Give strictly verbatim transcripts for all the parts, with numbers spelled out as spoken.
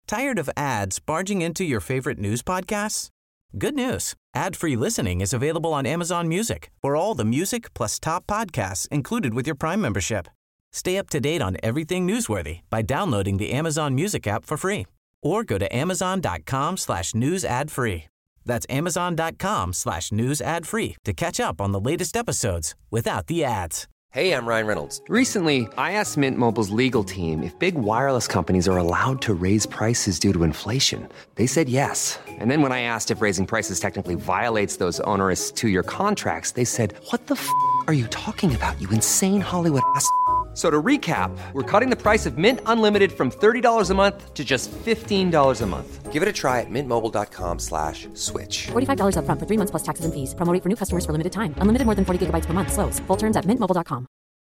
Tired of ads barging into your favorite news podcasts? Good news. Ad-free listening is available on Amazon Music for all the music plus top podcasts included with your Prime membership. Stay up to date on everything newsworthy by downloading the Amazon Music app for free or go to amazon.com slash news ad free. That's amazon.com slash news ad free to catch up on the latest episodes without the ads. Hey, I'm Ryan Reynolds. Recently, I asked Mint Mobile's legal team if big wireless companies are allowed to raise prices due to inflation. They said yes. And then when I asked if raising prices technically violates those onerous two-year contracts, they said, what the f*** are you talking about, you insane Hollywood ass f- So to recap, we're cutting the price of Mint Unlimited from thirty dollars a month to just fifteen dollars a month. Give it a try at mintmobile.com slash switch. forty-five dollars up front for three months plus taxes and fees. Promo rate for new customers for limited time. Unlimited more than forty gigabytes per month. Slows full terms at mint mobile dot com.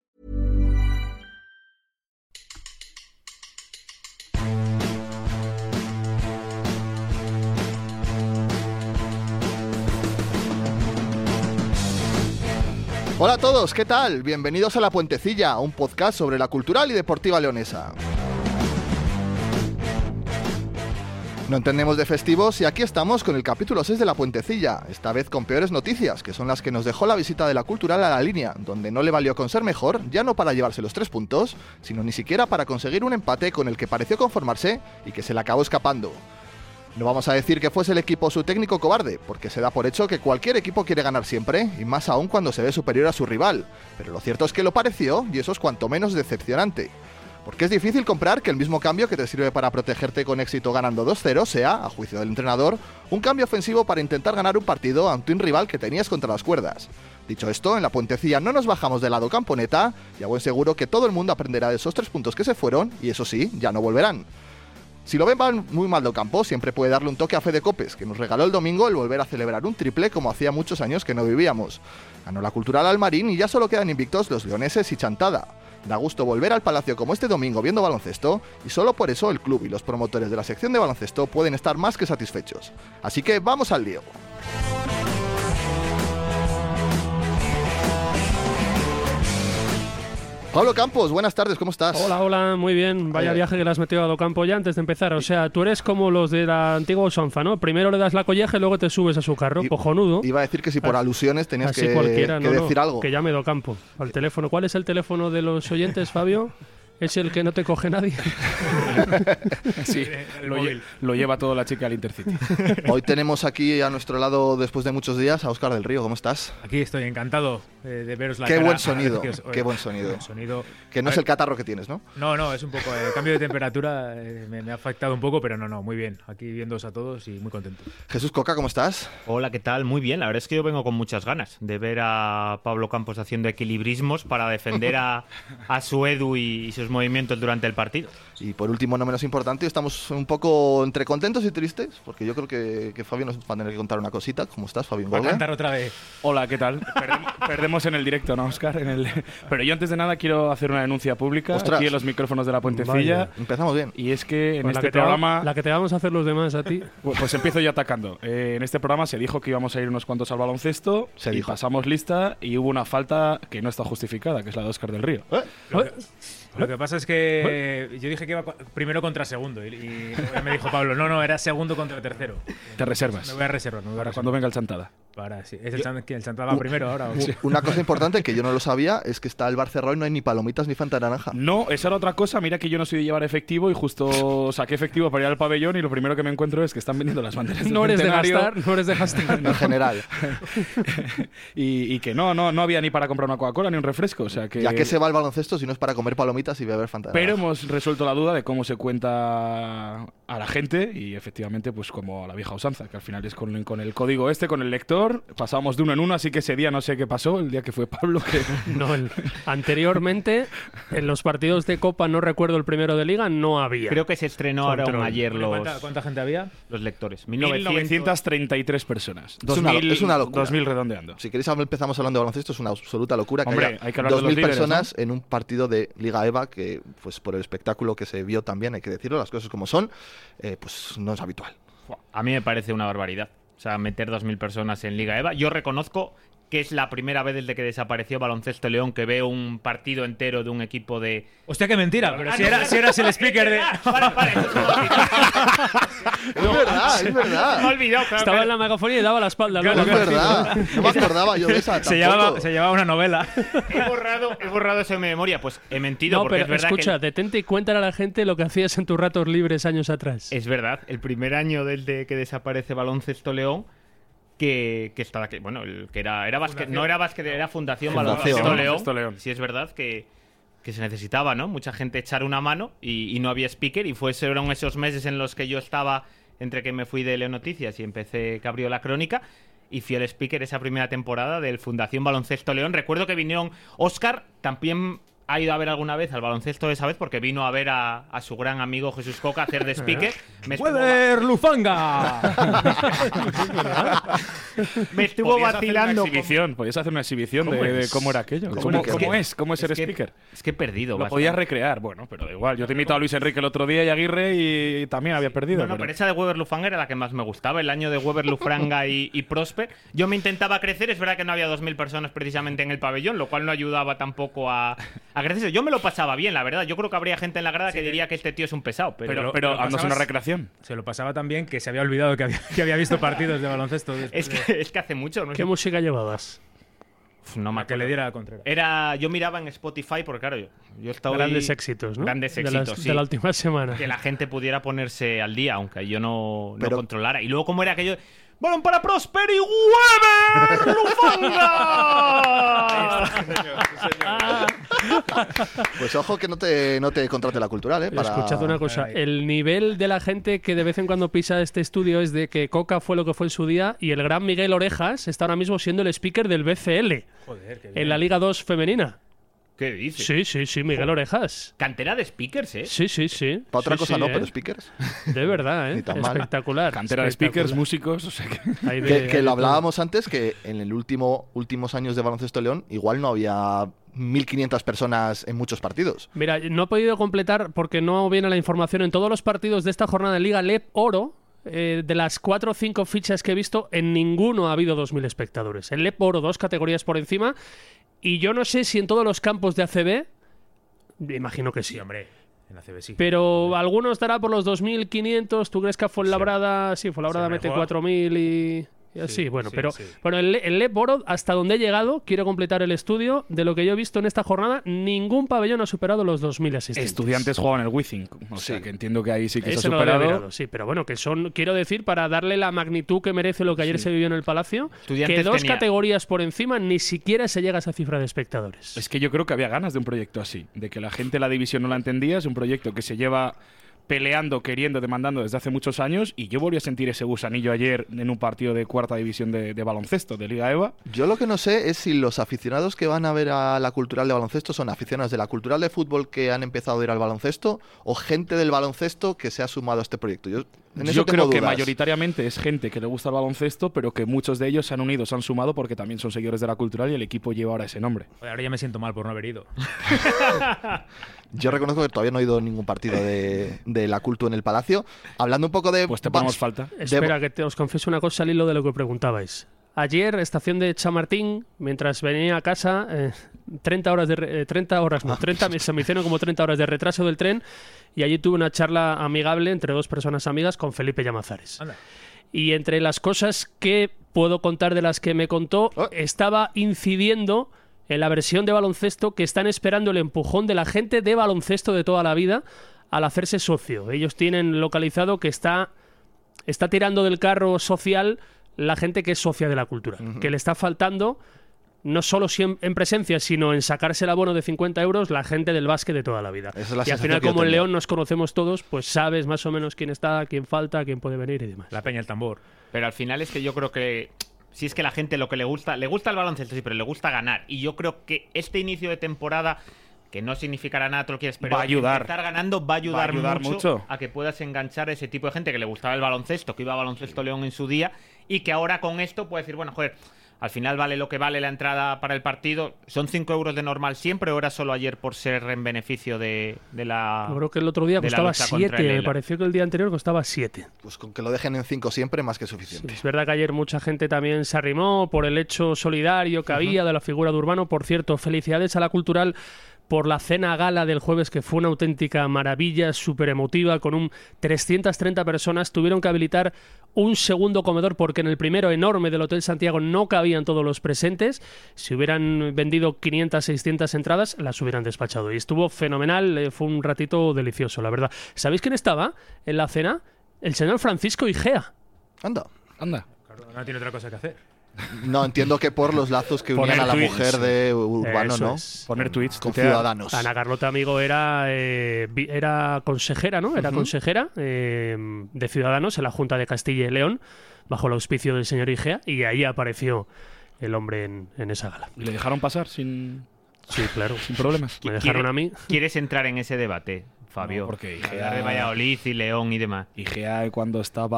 Hola a todos, ¿qué tal? Bienvenidos a La Puentecilla, un podcast sobre la cultural y deportiva leonesa. No entendemos de festivos y aquí estamos con el capítulo seis de La Puentecilla, esta vez con peores noticias, que son las que nos dejó la visita de la cultural a la línea, donde no le valió con ser mejor, ya no para llevarse los tres puntos, sino ni siquiera para conseguir un empate con el que pareció conformarse y que se le acabó escapando. No vamos a decir que fuese el equipo su técnico cobarde, porque se da por hecho que cualquier equipo quiere ganar siempre, y más aún cuando se ve superior a su rival, pero lo cierto es que lo pareció, y eso es cuanto menos decepcionante. Porque es difícil comprar que el mismo cambio que te sirve para protegerte con éxito ganando dos cero sea, a juicio del entrenador, un cambio ofensivo para intentar ganar un partido ante un rival que tenías contra las cuerdas. Dicho esto, en La Puentecilla no nos bajamos del lado camponeta, y a buen seguro que todo el mundo aprenderá de esos tres puntos que se fueron, y eso sí, ya no volverán. Si lo ven muy mal de Ocampo, siempre puede darle un toque a Fede Copes, que nos regaló el domingo el volver a celebrar un triple como hacía muchos años que no vivíamos. Ganó la cultural al Marín y ya solo quedan invictos los leoneses y Chantada. Da gusto volver al Palacio como este domingo viendo baloncesto y solo por eso el club y los promotores de la sección de baloncesto pueden estar más que satisfechos. Así que vamos al lío. Pablo Campos, buenas tardes, ¿cómo estás? Hola, hola, muy bien. Vaya Ay, viaje que le has metido a Docampo ya antes de empezar. O sea, tú eres como los de la antigua usanza, ¿no? Primero le das la colleja y luego te subes a su carro. I, Cojonudo. Iba a decir que si por alusiones tenías Así que, cualquiera, que no, decir no, algo. Que llame Docampo al teléfono. ¿Cuál es el teléfono de los oyentes, Fabio? ¿Es el que no te coge nadie? Sí, lo, lle- lo lleva toda la chica al Intercity. Hoy tenemos aquí a nuestro lado, después de muchos días, a Óscar del Río. ¿Cómo estás? Aquí estoy encantado eh, de veros la Qué cara. Buen sonido, Os, qué buen sonido. Buen sonido. Que no es el catarro que tienes, ¿no? No, no, es un poco el eh, cambio de temperatura. Eh, me, me ha afectado un poco, pero no, no, muy bien. Aquí viéndoos a todos y muy contento. Jesús Coca, ¿cómo estás? Hola, ¿qué tal? Muy bien. La verdad es que yo vengo con muchas ganas de ver a Pablo Campos haciendo equilibrismos para defender a, a su Edu y, y sus movimientos durante el partido. Y por último, no menos importante, estamos un poco entre contentos y tristes, porque yo creo que, que Fabio nos va a tener que contar una cosita. ¿Cómo estás, Fabio? Va a cantar otra vez. Hola, ¿qué tal? Perdemos, perdemos en el directo, ¿no, Óscar? En el... Pero yo antes de nada quiero hacer una denuncia pública. Ostras. Aquí en los micrófonos de La Puentecilla. Vaya. Empezamos bien. Y es que en Pues este la que programa... Va, la que te vamos a hacer los demás a ti. Pues, pues empiezo yo atacando. Eh, en este programa se dijo que íbamos a ir unos cuantos al baloncesto. Se y dijo. Pasamos lista y hubo una falta que no está justificada, que es la de Óscar del Río. ¿Eh? Lo que, lo que pasa es que yo dije que iba primero contra segundo y, y me dijo Pablo, no, no, era segundo contra tercero. Te reservas. Me voy a reservar. Me voy a Para reservar. cuando venga el Chantada. Para, sí. ¿Es el, Chan, el Chantada primero ahora? ¿O? Sí. Una cosa importante que yo no lo sabía es que está el bar cerrado y no hay ni palomitas ni Fanta naranja. No, esa era otra cosa. Mira que yo no soy de llevar efectivo y justo saqué efectivo para ir al pabellón y lo primero que me encuentro es que están vendiendo las banderas del No eres de centenario. gastar, no eres de gastar. En general. y, y que no, no, no había ni para comprar una Coca-Cola ni un refresco. O sea que... ¿Ya que se va al baloncesto si no es para comer palomitas y beber Fanta naranja? Pero hemos resuelto la duda de cómo se cuenta a la gente y efectivamente pues como a la vieja usanza, que al final es con, con el código este, con el lector, pasábamos de uno en uno, así que ese día no sé qué pasó, el día que fue Pablo. Que... No, el, anteriormente, en los partidos de Copa, no recuerdo el primero de Liga, no había. Creo que se estrenaron Control. ayer los, ¿Cuánta, ¿Cuánta gente había? los lectores. mil novecientos treinta y tres personas. Es una, es una locura. dos mil redondeando. Si queréis empezamos hablando de baloncesto, es una absoluta locura que Hombre, haya hay que hablar de dos los mil líderes, personas ¿no? en un partido de Liga EVA que, pues por el espectáculo que se vio también, hay que decirlo, las cosas como son, eh, pues no es habitual. A mí me parece una barbaridad. O sea, meter dos mil personas en Liga EVA. Yo reconozco que es la primera vez desde que desapareció Baloncesto León que veo un partido entero de un equipo de... Hostia, qué mentira, pero Ah, si, no, era, no, si eras el speaker de... Para, para, eso es Es verdad, es verdad. Me he olvidado, claro, Estaba claro. en la megafonía y daba la espalda. Claro, ¿no? Es verdad. No me acordaba yo de esa. Se tampoco. llevaba, se llevaba una novela. He borrado, he borrado eso de mi memoria. Pues he mentido No, porque pero es verdad escucha, que... detente y cuéntale a la gente lo que hacías en tus ratos libres años atrás. Es verdad, el primer año desde que desaparece Baloncesto León, que, que estaba que bueno, el, que era, era básquet, no era básquet, era Fundación, Fundación. Baloncesto León. Baloncesto León. Sí, es verdad que, que se necesitaba, ¿no? Mucha gente echar una mano y, y no había speaker, y fue, fueron esos meses en los que yo estaba entre que me fui de Leo Noticias y empecé que abrió la crónica. Y fui el speaker esa primera temporada del Fundación Baloncesto León. Recuerdo que vinieron Óscar, también ha ido a ver alguna vez al baloncesto de esa vez porque vino a ver a, a su gran amigo Jesús Coca a hacer de speaker. Me estuvo, ¡Weber Lufanga! me estuvo Podías hacer vacilando. una exhibición, podías hacer una exhibición de, ¿Cómo de es? cómo era aquello. ¿Cómo ¿Cómo, es que- cómo es es? ¿Cómo es ser es que- speaker? Es que he perdido. Lo bastante. podías recrear, bueno, pero da igual. Yo te he invitado a Luis Enrique el otro día y a Aguirre y también había perdido. No, no, pero pero- esa de Weber Lufanga era la que más me gustaba, el año de Weber Lufanga y, y Prosper. Yo me intentaba crecer, es verdad que no había dos mil personas precisamente en el pabellón, lo cual no ayudaba tampoco a, a crecer. Yo me lo pasaba bien, la verdad. Yo creo que habría gente en la grada que diría que este tío es un pesado, pero, Pero, lo- pero pero haznos pasabas- una recreación. Se lo pasaba también que se había olvidado que había, que había visto partidos de baloncesto. es que, es que hace mucho, ¿no? ¿Qué música llevabas? Uf, no me que acuerdo. le diera a Contreras. Era, yo miraba en Spotify porque claro, yo, yo estaba Grandes éxitos, ¿no? Grandes De éxitos, las- sí. de la última semana. Que la gente pudiera ponerse al día, aunque yo no, no Pero- controlara. Y luego, ¿cómo era aquello? ¡Balón para Prosper y Weber! ¡Lufanga! Pues ojo que no te, no te contrate la cultural, ¿eh? Para... Escuchad una cosa, Ay. el nivel de la gente que de vez en cuando pisa este estudio es de que Coca fue lo que fue en su día y el gran Miguel Orejas está ahora mismo siendo el speaker del B C L Joder, qué en la Liga dos femenina. ¿Qué dices? Sí, sí, sí, Miguel Orejas. Cantera de speakers, ¿eh? Sí, sí, sí. Para otra Sí, cosa sí, no, ¿eh? pero speakers. De verdad, ¿eh? Ni tan mal. Espectacular. Cantera de speakers, espectacular. músicos, o sea que... Hay de- Que, hay que de lo todo. hablábamos antes, que en el último últimos años de Baloncesto León igual no había mil quinientas personas en muchos partidos. Mira, no he podido completar porque no viene la información en todos los partidos de esta jornada de Liga L E P Oro. Eh, de las cuatro o cinco fichas que he visto, en ninguno ha habido dos mil espectadores. En L E P Oro, dos categorías por encima. Y yo no sé si en todos los campos de A C B, me imagino que sí, Sí, hombre. En la C B sí. pero alguno estará por los dos mil quinientos. ¿Tú crees que a Fuenlabrada? Sí, Fuenlabrada Sí, me mete juega. cuatro mil y... y así, Sí, bueno, sí, pero sí. bueno, el, el L E P Oro, hasta donde he llegado, quiero completar el estudio, de lo que yo he visto en esta jornada, ningún pabellón ha superado los dos mil asistentes. Estudiantes juegan el Wizzing, o sea que entiendo que ahí sí que se Ese ha no lo había superado. mirado, sí, pero bueno, que son, quiero decir, para darle la magnitud que merece lo que ayer se vivió en el Palacio, Estudiantes que dos tenía- categorías por encima ni siquiera se llega a esa cifra de espectadores. Es que yo creo que había ganas de un proyecto así, de que la gente de la división no la entendía, es un proyecto que se lleva peleando, queriendo, demandando desde hace muchos años, y yo volví a sentir ese gusanillo ayer en un partido de cuarta división de, de baloncesto, de Liga EVA. Yo lo que no sé es si los aficionados que van a ver a la cultural de baloncesto son aficionados de la cultural de fútbol que han empezado a ir al baloncesto o gente del baloncesto que se ha sumado a este proyecto. Yo, en eso Yo tengo creo que dudas. mayoritariamente es gente que le gusta el baloncesto, pero que muchos de ellos se han unido, se han sumado porque también son seguidores de la cultural y el equipo lleva ahora ese nombre. Joder, ahora ya me siento mal por no haber ido. Yo reconozco que todavía no he ido a ningún partido de, de la cultu en el Palacio. Hablando un poco de... Pues te ba- ponemos falta. Espera, que te, os confieso una cosa al hilo de lo que preguntabais. Ayer, estación de Chamartín, mientras venía a casa, eh, treinta horas de re- eh, treinta horas, no, treinta, se me hicieron como treinta horas de retraso del tren y allí tuve una charla amigable entre dos personas amigas con Felipe Llamazares. Anda. Y entre las cosas que puedo contar de las que me contó, Oh. estaba incidiendo en la versión de baloncesto que están esperando el empujón de la gente de baloncesto de toda la vida al hacerse socio. Ellos tienen localizado que está, está tirando del carro social la gente que es socia de la cultura, que le está faltando no solo si en, en presencia, sino en sacarse el abono de cincuenta euros la gente del básquet de toda la vida. Esa es la Y al sensación final, que yo como en tenía. León nos conocemos todos, pues sabes más o menos quién está, quién falta, quién puede venir y demás. La peña el tambor. Pero al final es que yo creo que si es que la gente lo que le gusta, le gusta el baloncesto, sí, pero le gusta ganar. Y yo creo que este inicio de temporada, que no significará nada, tú lo quieres, pero Va a ayudar. empezar ganando va a ayudar, Va a ayudar mucho, mucho. a que puedas enganchar a ese tipo de gente que le gustaba el baloncesto, que iba a Baloncesto León en su día, y que ahora con esto puede decir, bueno, joder, al final vale lo que vale la entrada para el partido. ¿Son cinco euros de normal siempre o era solo ayer por ser en beneficio de, de la Yo creo que el otro día de la costaba lucha contra el siete, me ELA? pareció que el día anterior costaba siete. Pues con que lo dejen en cinco siempre, más que Sí, suficiente. es verdad que ayer mucha gente también se arrimó por el hecho solidario que había de la figura de Urbano. Por cierto, felicidades a la Cultural por la cena gala del jueves, que fue una auténtica maravilla, súper emotiva, con un trescientas treinta personas. Tuvieron que habilitar un segundo comedor porque en el primero enorme del Hotel Santiago no cabían todos los presentes. Si hubieran vendido quinientas, seiscientas entradas, las hubieran despachado. Y estuvo fenomenal, eh, fue un ratito delicioso, la verdad. ¿Sabéis quién estaba en la cena? El señor Francisco Igea. Anda. Anda. Claro, no tiene otra cosa que hacer. No, entiendo que por los lazos que unían Poner a la tweets. mujer de Urbano, Eso ¿no? es. Poner tweets. Con tuitear. Ciudadanos. Ana Carlota Amigo era, eh, vi- era consejera, ¿no? Era Ujú. consejera eh, de Ciudadanos en la Junta de Castilla y León, bajo el auspicio del señor Igea, y ahí apareció el hombre en, en esa gala. ¿Y le dejaron pasar sin, Sí, claro. sin problemas? Me dejaron a mí. ¿Quieres entrar en ese debate, Fabio? No, porque Hablar Igea- de Valladolid y León y demás. Igea, cuando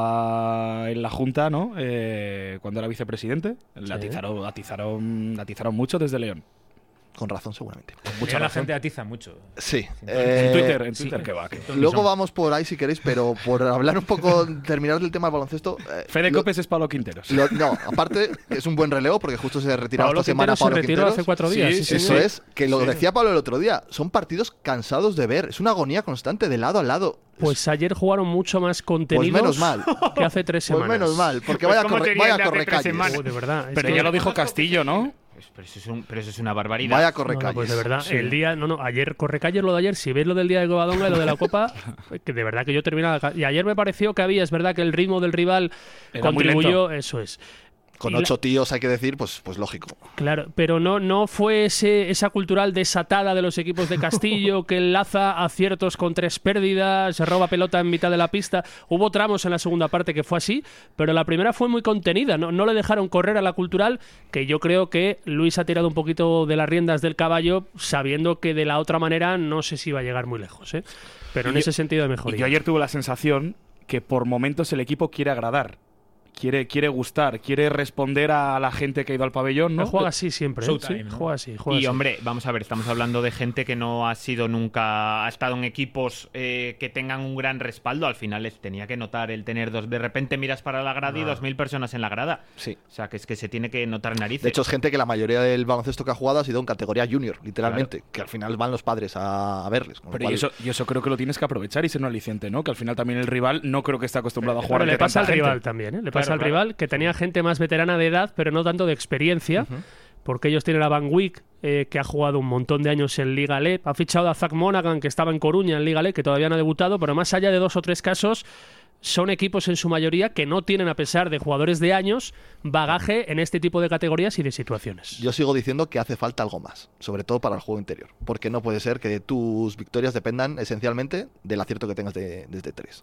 estaba en la Junta, ¿no? Eh, cuando era vicepresidente, le Sí. atizaron, atizaron, atizaron mucho desde León. Con razón, seguramente. Mucha Ya la razón. gente atiza mucho. Sí. En eh, Twitter, en Twitter, que va. que- Luego vamos por ahí si queréis, pero por hablar un poco, terminar del tema del baloncesto. eh, Fede lo- Copes es Pablo Quinteros. lo- no, aparte es un buen relevo porque justo se retiraba Pablo esta semana Quintero se Pablo retiró Quinteros. hace cuatro días. Sí, sí, sí, Eso sí. es, que lo decía Pablo el otro día, son partidos cansados de ver, es una agonía constante de lado a lado. Pues ayer jugaron mucho más Pues contenidos menos mal, que hace tres pues semanas. menos mal, porque Pues vaya, ¿cómo corre, tenían vaya de hace corre tres calles. semanas? Oh, de verdad. es Pero que- ya lo dijo Castillo, ¿no? Pues, pero, eso es un- pero eso es una barbaridad. Vaya corre No, no, calles. pues de verdad, Sí. el día, no, no, ayer Correcalles lo de ayer, si ves lo del día de Covadonga y lo de la Copa, que de verdad que yo terminaba. ca- Y ayer me pareció que había, es verdad que el ritmo del rival Era muy contribuyó, eso es. Con Y la- ocho tíos hay que decir, pues, pues lógico. Claro, pero no, no fue ese, esa cultural desatada de los equipos de Castillo que enlaza aciertos con tres pérdidas, se roba pelota en mitad de la pista. Hubo tramos en la segunda parte que fue así, pero la primera fue muy contenida. No, no le dejaron correr a la cultural, que yo creo que Luis ha tirado un poquito de las riendas del caballo, sabiendo que de la otra manera no sé si iba a llegar muy lejos, ¿eh? Pero Y en yo- ese sentido de Y mejoría. yo ayer tuve la sensación que por momentos el equipo quiere agradar. Quiere, quiere gustar, quiere responder a la gente que ha ido al pabellón, ¿no? Juega así siempre, ¿eh? Showtime, Sí, ¿no? juega así, juega Y así. hombre, vamos a ver, estamos hablando de gente que no ha sido nunca, ha estado en equipos eh, que tengan un gran respaldo. Al final les tenía que notar el tener dos. De repente miras para la grada y dos mil personas en la grada. Sí. O sea, que es que se tiene que notar narices. De hecho, es gente que la mayoría del baloncesto que ha jugado ha sido en categoría junior, literalmente. Que al final van los padres a, a verles. con lo Pero cual- y eso, y eso creo que lo tienes que aprovechar y ser un aliciente, ¿no? Que al final también el rival no creo que esté acostumbrado a jugar Pero le ante pasa al tanta gente. rival también, ¿eh? Le pasa Claro, al claro. rival que tenía gente más veterana de edad, pero no tanto de experiencia, porque ellos tienen a Van Wick, eh, que ha jugado un montón de años en Liga L E P, ha fichado a Zach Monaghan, que estaba en Coruña en Liga L E P, que todavía no ha debutado, pero más allá de dos o tres casos, son equipos en su mayoría que no tienen, a pesar de jugadores de años, bagaje en este tipo de categorías y de situaciones. Yo sigo diciendo que hace falta algo más, sobre todo para el juego interior. Porque no puede ser que tus victorias dependan esencialmente del acierto que tengas de- desde tres.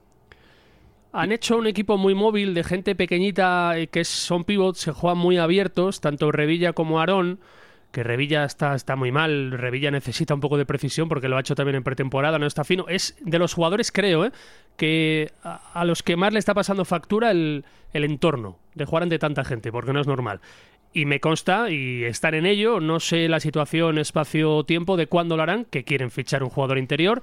Han hecho un equipo muy móvil de gente pequeñita, eh, que es- son pivots, se juegan muy abiertos, tanto Revilla como Aarón, que Revilla está, está muy mal, Revilla necesita un poco de precisión porque lo ha hecho también en pretemporada, no está fino. Es de los jugadores, creo, ¿eh? que a, a los que más le está pasando factura el, el entorno de jugar ante tanta gente, porque no es normal. Y me consta, y están en ello, no sé la situación, espacio, tiempo de cuándo lo harán, que quieren fichar un jugador interior.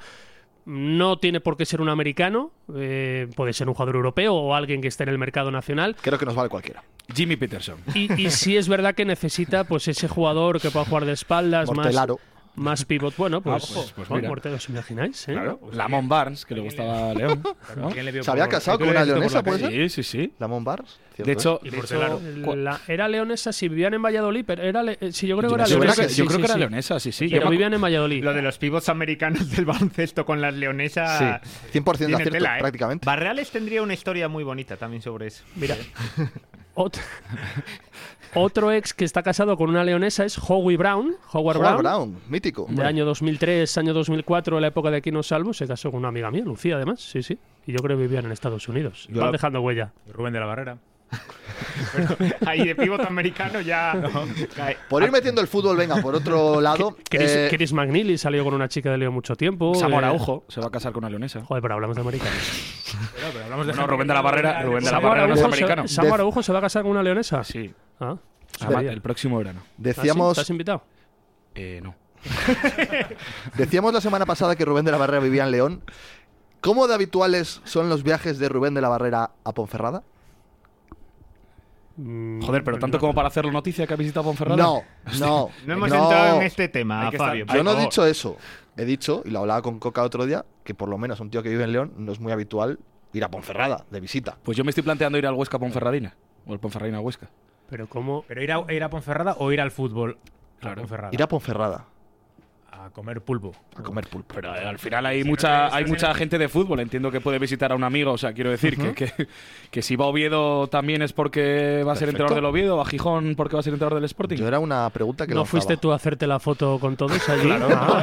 No tiene por qué ser un americano, eh, puede ser un jugador europeo o alguien que esté en el mercado nacional. Creo que nos vale cualquiera. Jimmy Peterson. Y, y sí es verdad que necesita pues ese jugador que pueda jugar de espaldas, más, Mortelaro. más pivot. Bueno, pues, Ah, pues- pues oh, mira. Mortelo, ¿os imagináis? ¿eh? Claro. Lamont Barnes, que le gustaba a León. Claro, ¿quién le vio ¿Se había por- casado tú con le una has visto leonesa, por la puede calle? Sí, sí, sí. Lamont Bars. De hecho, Y de Porcelano. hecho, La- era leonesa si vivían en Valladolid, pero era le- eh, sí, yo creo que era yo creo leonesa. que, sí, yo creo sí, que era sí. leonesa, sí, sí. Yo Pero me acu- vivían en Valladolid. Lo de los pivots americanos del baloncesto con las leonesas. Sí, cien por ciento de tiene acierto, tela, ¿eh? prácticamente. Barreales tendría una historia muy bonita también sobre eso. Mira, ot- otro ex que está casado con una leonesa es Howie Brown. Howard Howard Brown. Brown, mítico. De año dos mil tres, año dos mil cuatro, en la época de Aquí nos salvo, se casó con una amiga mía, Lucía, además, sí, sí. Y yo creo que vivían en Estados Unidos. Yo Van la- dejando huella. Rubén de la Barrera. Ahí de pivot americano ya. cae. Por ir metiendo el fútbol, venga, por otro lado. Chris, eh, Chris McNeely salió con una chica de Leo mucho tiempo. Samu eh, Araujo se va a casar con una leonesa. Joder, pero hablamos de americanos. Pero, pero hablamos de No, gente Rubén que de la no Barrera- era- Rubén de la ¿Samu Barrera no es Araujo, americano. se, ¿Samu De- Araujo se va a casar con una leonesa? Sí. Ah. Ama- el próximo verano. Decíamos, ¿Estás invitado? Eh, no. decíamos la semana pasada que Rubén de la Barrera vivía en León. ¿Cómo de habituales son los viajes de Rubén de la Barrera a Ponferrada? Mm, Joder, pero tanto como para hacerlo noticia que ha visitado Ponferrada. No, no. No hemos no. entrado en este tema, Hay que estar- Fabio. Yo no he Ay, dicho eso. He dicho, y lo hablaba con Coca otro día, que por lo menos un tío que vive en León no es muy habitual ir a Ponferrada de visita. Pues yo me estoy planteando ir al Huesca Ponferradina. O el Ponferradina a Huesca. Pero ¿cómo? ¿Pero ir a, ir a Ponferrada o ir al fútbol a Claro. Ponferrada? Ir a Ponferrada A comer pulpo. a comer pulpo. Pero eh, al final hay Si no mucha tienes- hay si no mucha tienes- gente de fútbol. Entiendo que puede visitar a un amigo. O sea, quiero decir que, que, que si va a Oviedo también es porque va a ser Perfecto. entrenador del Oviedo. O a Gijón porque va a ser entrenador del Sporting. Yo era una pregunta que ¿No lanzaba. fuiste tú a hacerte la foto con todos allí?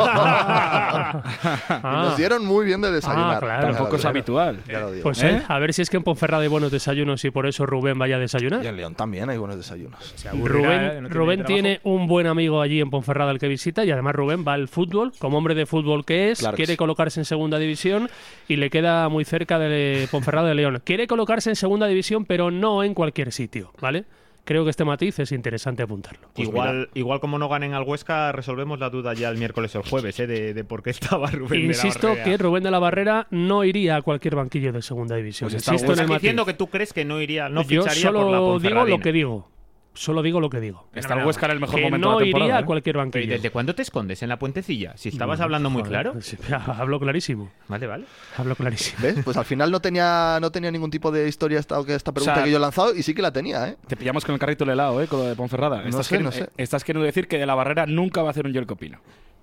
Ah, Y ah. nos dieron muy bien de desayunar. Ah, claro. Ya lo Tampoco es digo, habitual. ya lo digo. Pues ¿Eh? eh, a ver si es que en Ponferrada hay buenos desayunos y por eso Rubén vaya a desayunar. Y en León también hay buenos desayunos. Se aburrirá, Rubén, ¿eh? No tiene Rubén trabajo. tiene un buen amigo allí en Ponferrada al que visita y además Rubén va al fútbol, como hombre de fútbol que es, Claro que quiere sí. colocarse en segunda división y le queda muy cerca de Ponferrada de León. Quiere colocarse en segunda división, pero no en cualquier sitio, ¿vale? Creo que este matiz es interesante apuntarlo. Pues igual, igual como no ganen al Huesca, resolvemos la duda ya el miércoles o el jueves, ¿eh? de, de por qué estaba Rubén Insisto de la que Rubén de la Barrera no iría a cualquier banquillo de segunda división. Pues está Insisto en Estás el matiz. diciendo que tú crees que no iría, no Yo ficharía por la solo digo Ponferradina. lo que digo. Solo digo lo que digo. Está el Huesca en el mejor Que momento no de la temporada. iría a ¿eh? cualquier Pero ¿y banquillo. desde cuándo te escondes en la puentecilla? Si estabas Mm, hablando muy joder, claro. sí, hablo clarísimo. Vale, vale. Hablo clarísimo. ¿Ves? Pues al final no tenía, no tenía ningún tipo de historia esta, esta pregunta O sea, que yo he lanzado y sí que la tenía, ¿eh? Te pillamos con el carrito del helado, ¿eh? Con lo de Ponferrada. No estás sé, queri- no sé. eh, Estás queriendo decir que de la Barrera nunca va a hacer un Jerko Pino.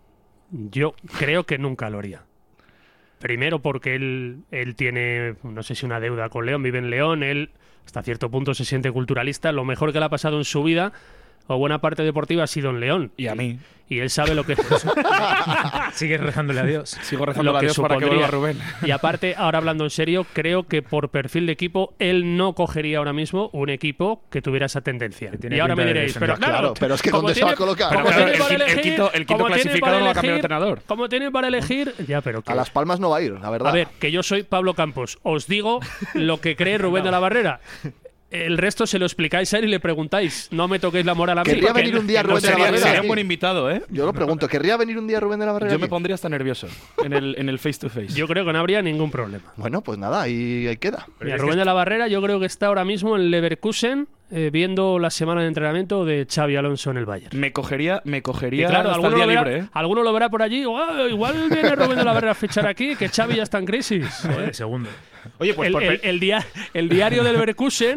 Yo creo que nunca lo haría. Primero porque él, él tiene, no sé si una deuda con León, vive en León, él hasta cierto punto se siente culturalista. Lo mejor que le ha pasado en su vida, o buena parte deportiva, ha sido en León. Y a mí. Y él sabe lo que, Sigues rezándole a Dios. Sigo rezando lo a que Dios para que supondría. vuelva Rubén. Y aparte, ahora hablando en serio, creo que por perfil de equipo, él no cogería ahora mismo un equipo que tuviera esa tendencia. Que tiene Y ahora me pinta de diréis, descender. pero claro, Claro, pero es que como ¿dónde se tiene- va a colocar? como Pero tiene claro, para el- el elegir- quinto- el quinto como tiene clasificado para no va a cambiar elegir- de entrenador. Como tiene para elegir, ya, pero que... A Las Palmas no va a ir, la verdad. A ver, que yo soy Pablo Campos. Os digo lo que cree Rubén de la Barrera. El resto se lo explicáis a él y le preguntáis. No me toquéis la moral a mí. Querría porque venir un día no Rubén de la sería- Barrera. Sería un aquí. buen invitado, ¿eh? Yo lo pregunto, ¿querría venir un día Rubén de la Barrera Yo me aquí? pondría hasta nervioso en el, en el face to face. Yo creo que no habría ningún problema. Bueno, pues nada, ahí, ahí queda. Mira, Rubén de la Barrera yo creo que está ahora mismo en Leverkusen eh, viendo la semana de entrenamiento de Xavi Alonso en el Bayern. Me cogería, me Y cogería claro, hasta el alguno día lo, verá, libre, ¿eh? alguno lo verá por allí. "Ah, igual viene Rubén de la Barrera a fichar aquí, que Xavi ya está en crisis. Joder, segundo. Oye, pues el, por el- el dia- el diario del Leverkusen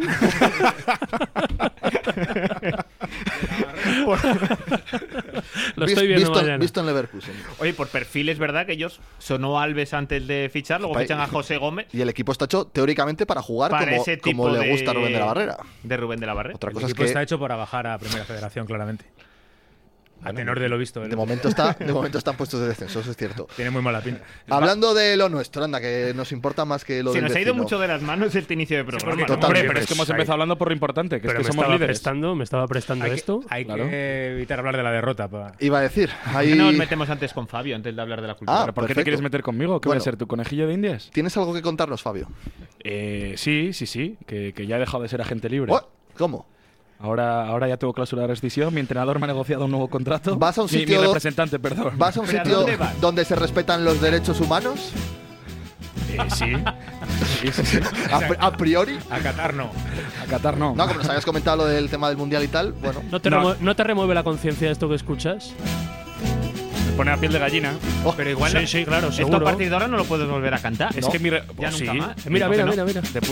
lo Vis- estoy viendo visto, mañana. visto en Leverkusen. Oye, por perfil es verdad que ellos sonó Alves antes de fichar, luego Pa- fichan a José Gómez Y el equipo está hecho teóricamente para jugar para como, ese tipo como le de- gusta a Rubén de la Barrera. de Rubén de la Barrera. Otra El cosa es equipo que está hecho para bajar a Primera Federación, claramente. A tenor de lo visto. ¿eh? de momento está, de momento están puestos de descenso, eso es cierto. Tiene muy mala pinta. Hablando de lo nuestro, anda, que nos importa más que lo Se del nos ha ido vecino. mucho de las manos este inicio de programa. porque- ¿no? Totalmente. Hombre, pero es que hemos Ahí. empezado hablando por lo importante, que Pero es me que somos estaba líderes. prestando, me estaba prestando Hay, esto. que, hay Claro. que evitar hablar de la derrota. pa- Iba a decir, ahí... ¿Por qué no nos metemos antes con Fabio, antes de hablar de la cultura? Ah, ¿Pero ¿Por qué perfecto. te quieres meter conmigo? ¿Qué voy Bueno. a ser, tu conejillo de indias? ¿Tienes algo que contarnos, Fabio? Eh, sí, sí, sí, que, que ya he dejado de ser agente libre. Oh, ¿Cómo? Ahora, ahora ya tengo cláusula de rescisión, mi entrenador me ha negociado un nuevo contrato. ¿Vas a un Mi- sitio- Mi, representante, perdón. ¿Vas a un ¿Pero a sitio dónde vas? donde se respetan los derechos humanos? Eh, sí. sí, sí, sí. A, pri- a priori. A Qatar no. A Qatar no. No, como nos habías comentado lo del tema del mundial y tal, bueno. ¿No te, No. remo- ¿no te remueve la conciencia esto que escuchas? Me pone la piel de gallina. Pero igual Sí, no- sí, claro, esto a seguro. partir de ahora no lo puedes volver a cantar. Es ¿no? que mi... re- Ya oh, nunca sí. más. Mira, ¿Por qué mira, no? mira, mira. De pu-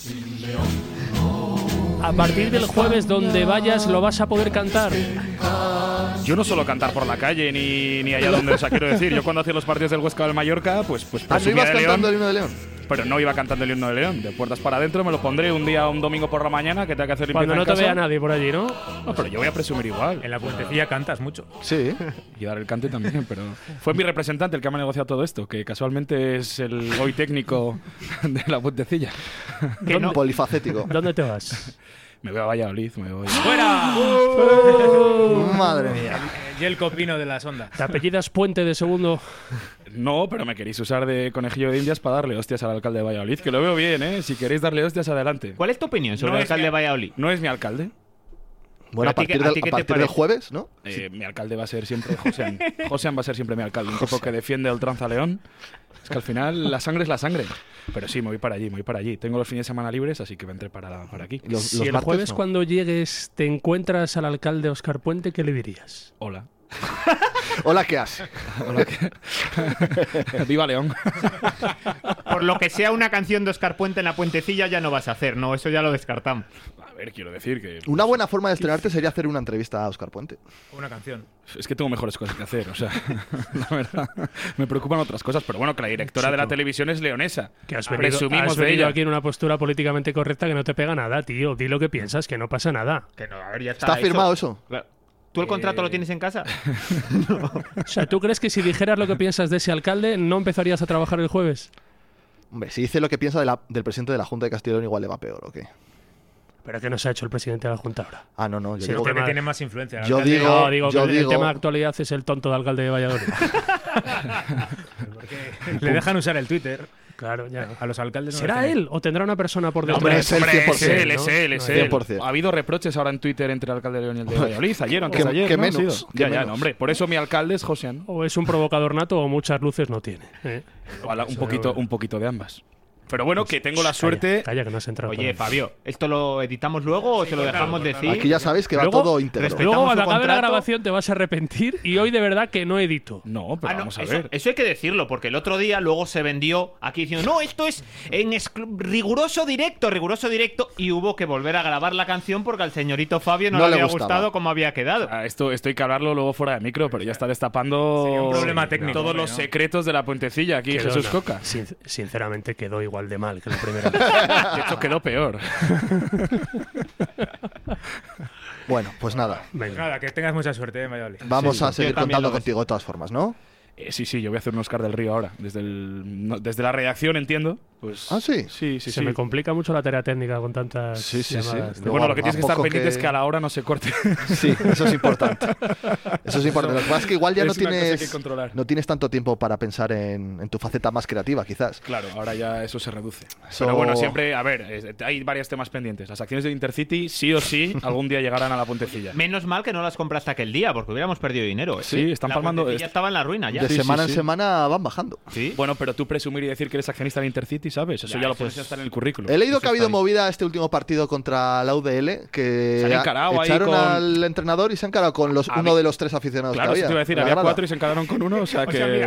A partir del jueves, donde vayas, lo vas a poder cantar. Yo no suelo cantar por la calle ni, ni allá donde, o sea, quiero decir, yo cuando hacía los partidos del Huesca o del Mallorca, pues, pues Ah, ¿no presumía ibas de León, cantando el himno de León? pero no iba cantando el himno de León. De puertas para adentro me lo pondré un día, un domingo por la mañana, que tenga que hacer limpieza Cuando no en te casa. vea nadie por allí, ¿no? No, pero yo voy a presumir igual. En la puentecilla cantas mucho. Sí. Y dar el cante también, pero fue mi representante el que me ha negociado todo esto, que casualmente es el hoy técnico de la puentecilla. Que no- Polifacético. ¿Dónde te vas? Me voy a Valladolid, me voy. ¡Fuera! Madre mía. Y el copino de la sonda. ¿Te apellidas Puente de segundo? No, pero me queréis usar de conejillo de indias para darle hostias al alcalde de Valladolid, que lo veo bien, ¿eh? Si queréis darle hostias, adelante. ¿Cuál es tu opinión sobre No el es alcalde mi- de Valladolid? No es mi alcalde. Bueno, a ¿a ti qué- partir, a del, ti a qué te partir del parece? jueves, ¿no? Eh, mi alcalde va a ser siempre Josean. Josean va a ser siempre mi alcalde, un tipo que defiende a ultranza a León. Es que al final la sangre es la sangre. Pero sí, me voy para allí, me voy para allí. Tengo los fines de semana libres, así que vendré para, para aquí. Los, Si los el martes, jueves no. cuando llegues te encuentras al alcalde Óscar Puente, ¿qué le dirías? Hola. Hola, ¿qué haces? Hola, ¿qué? Viva León. Por lo que sea una canción de Óscar Puente en la Puentecilla ya no vas a hacer, ¿no? Eso ya lo descartamos. A ver, quiero decir que... Una buena forma de estrenarte sería hacer una entrevista a Óscar Puente. Una canción. Es que tengo mejores cosas que hacer, o sea, la verdad, me preocupan otras cosas, pero bueno, que la directora de la televisión es leonesa. Que has venido, Presumimos has de venido ella. aquí en una postura políticamente correcta que no te pega nada, tío. Di lo que piensas, que no pasa nada. Que no, a ver, ya está. ¿Está firmado eso? Claro. ¿Tú el contrato lo tienes en casa? O sea, ¿tú crees que si dijeras lo que piensas de ese alcalde, no empezarías a trabajar el jueves? Hombre, si dice lo que piensa de la- del presidente de la Junta de Castilla y León, igual le va peor, ¿o qué? ¿Pero qué nos ha hecho el presidente de la Junta ahora? Ah, no, no. Yo Sí, digo, el tema- Porque tiene más influencia. el Yo alcalde. digo- No, digo yo que el- el digo- tema de actualidad es el tonto de alcalde de Valladolid. Le dejan usar el Twitter. Claro, ya. A los alcaldes no ¿Será les tienen- él o tendrá una persona por detrás? hombre, es él cien por ciento, es él, es él, es ¿no? él. cien por ciento. Ha habido reproches ahora en Twitter entre el alcalde de León y el de Valladolid, ayer o antes Que- de ayer, que ¿no? Ha menos, sido. que Ya, ya, menos. no, hombre. Por eso mi alcalde es Josean. O es un provocador nato o muchas luces no tiene. ¿eh? Ojalá, un Eso poquito, no- un poquito de ambas. Pero bueno, que tengo la Calla, suerte... Calla, que no has entrado. Oye, todavía. Fabio, ¿esto lo editamos luego o se lo dejamos decir? aquí ya sabéis que va Luego, todo íntegro. respeta- Luego, cuando su acabe la contrato. grabación, te vas a arrepentir y hoy de verdad que no edito. No, pero Ah, no, vamos a eso, ver. eso hay que decirlo, porque el otro día luego se vendió aquí diciendo, no, esto es en exclu- riguroso directo, riguroso directo, y hubo que volver a grabar la canción porque al señorito Fabio no, No le le había gustaba. gustado cómo había quedado. Ah, esto, esto hay que hablarlo luego fuera de micro, pero ya está destapando Sería un problema técnico, todos hombre, los ¿no? secretos de la puentecilla aquí, Quedó, Jesús no, Coca. sin- sinceramente quedó igual de mal que la primera vez. De hecho, quedó peor. Bueno, pues nada. Venga. Nada, que tengas mucha suerte, eh, Valladolid. Vamos Sí, a yo seguir también contando lo veo. contigo de todas formas, ¿no? Eh, sí, sí, yo voy a hacer un Oscar del Río ahora. Desde, el, no, desde la redacción, entiendo. Pues, Ah, ¿sí? Sí, sí, Se sí. me complica mucho la tarea técnica con tantas Sí, sí, sí. llamadas. Luego, Bueno, lo a- que tienes a que estar poco pendiente que- es que a la hora no se corte. Sí, eso es importante. Eso es importante. Lo que pasa es que igual ya no Es una cosa que hay tienes, que controlar. no tienes tanto tiempo para pensar en, en tu faceta más creativa, quizás. Claro, ahora ya eso se reduce. Eso- Pero bueno, siempre, a ver, eh, hay varios temas pendientes. Las acciones de Intercity, sí o sí, algún día llegarán a la puentecilla. Menos mal que no las compraste aquel día, porque hubiéramos perdido dinero. ¿eh? Sí, están La palmando- Puentecilla estaba en la ruina ya. De Sí, semana sí, en sí. semana van bajando. Sí. Bueno, pero tú presumir y decir que eres accionista de Intercity, ¿sabes? Eso Ya, ya, lo eso puedes es- estar en el currículum. He leído Eso que ha habido está ahí. movida este último partido contra la U D L, que Se han a- encarado ahí echaron con- al entrenador y se han encarado con los, Había- uno de los tres aficionados Claro, que eso había. te iba a decir, en la había grada. cuatro y se encararon con uno, o sea que... sea, mira,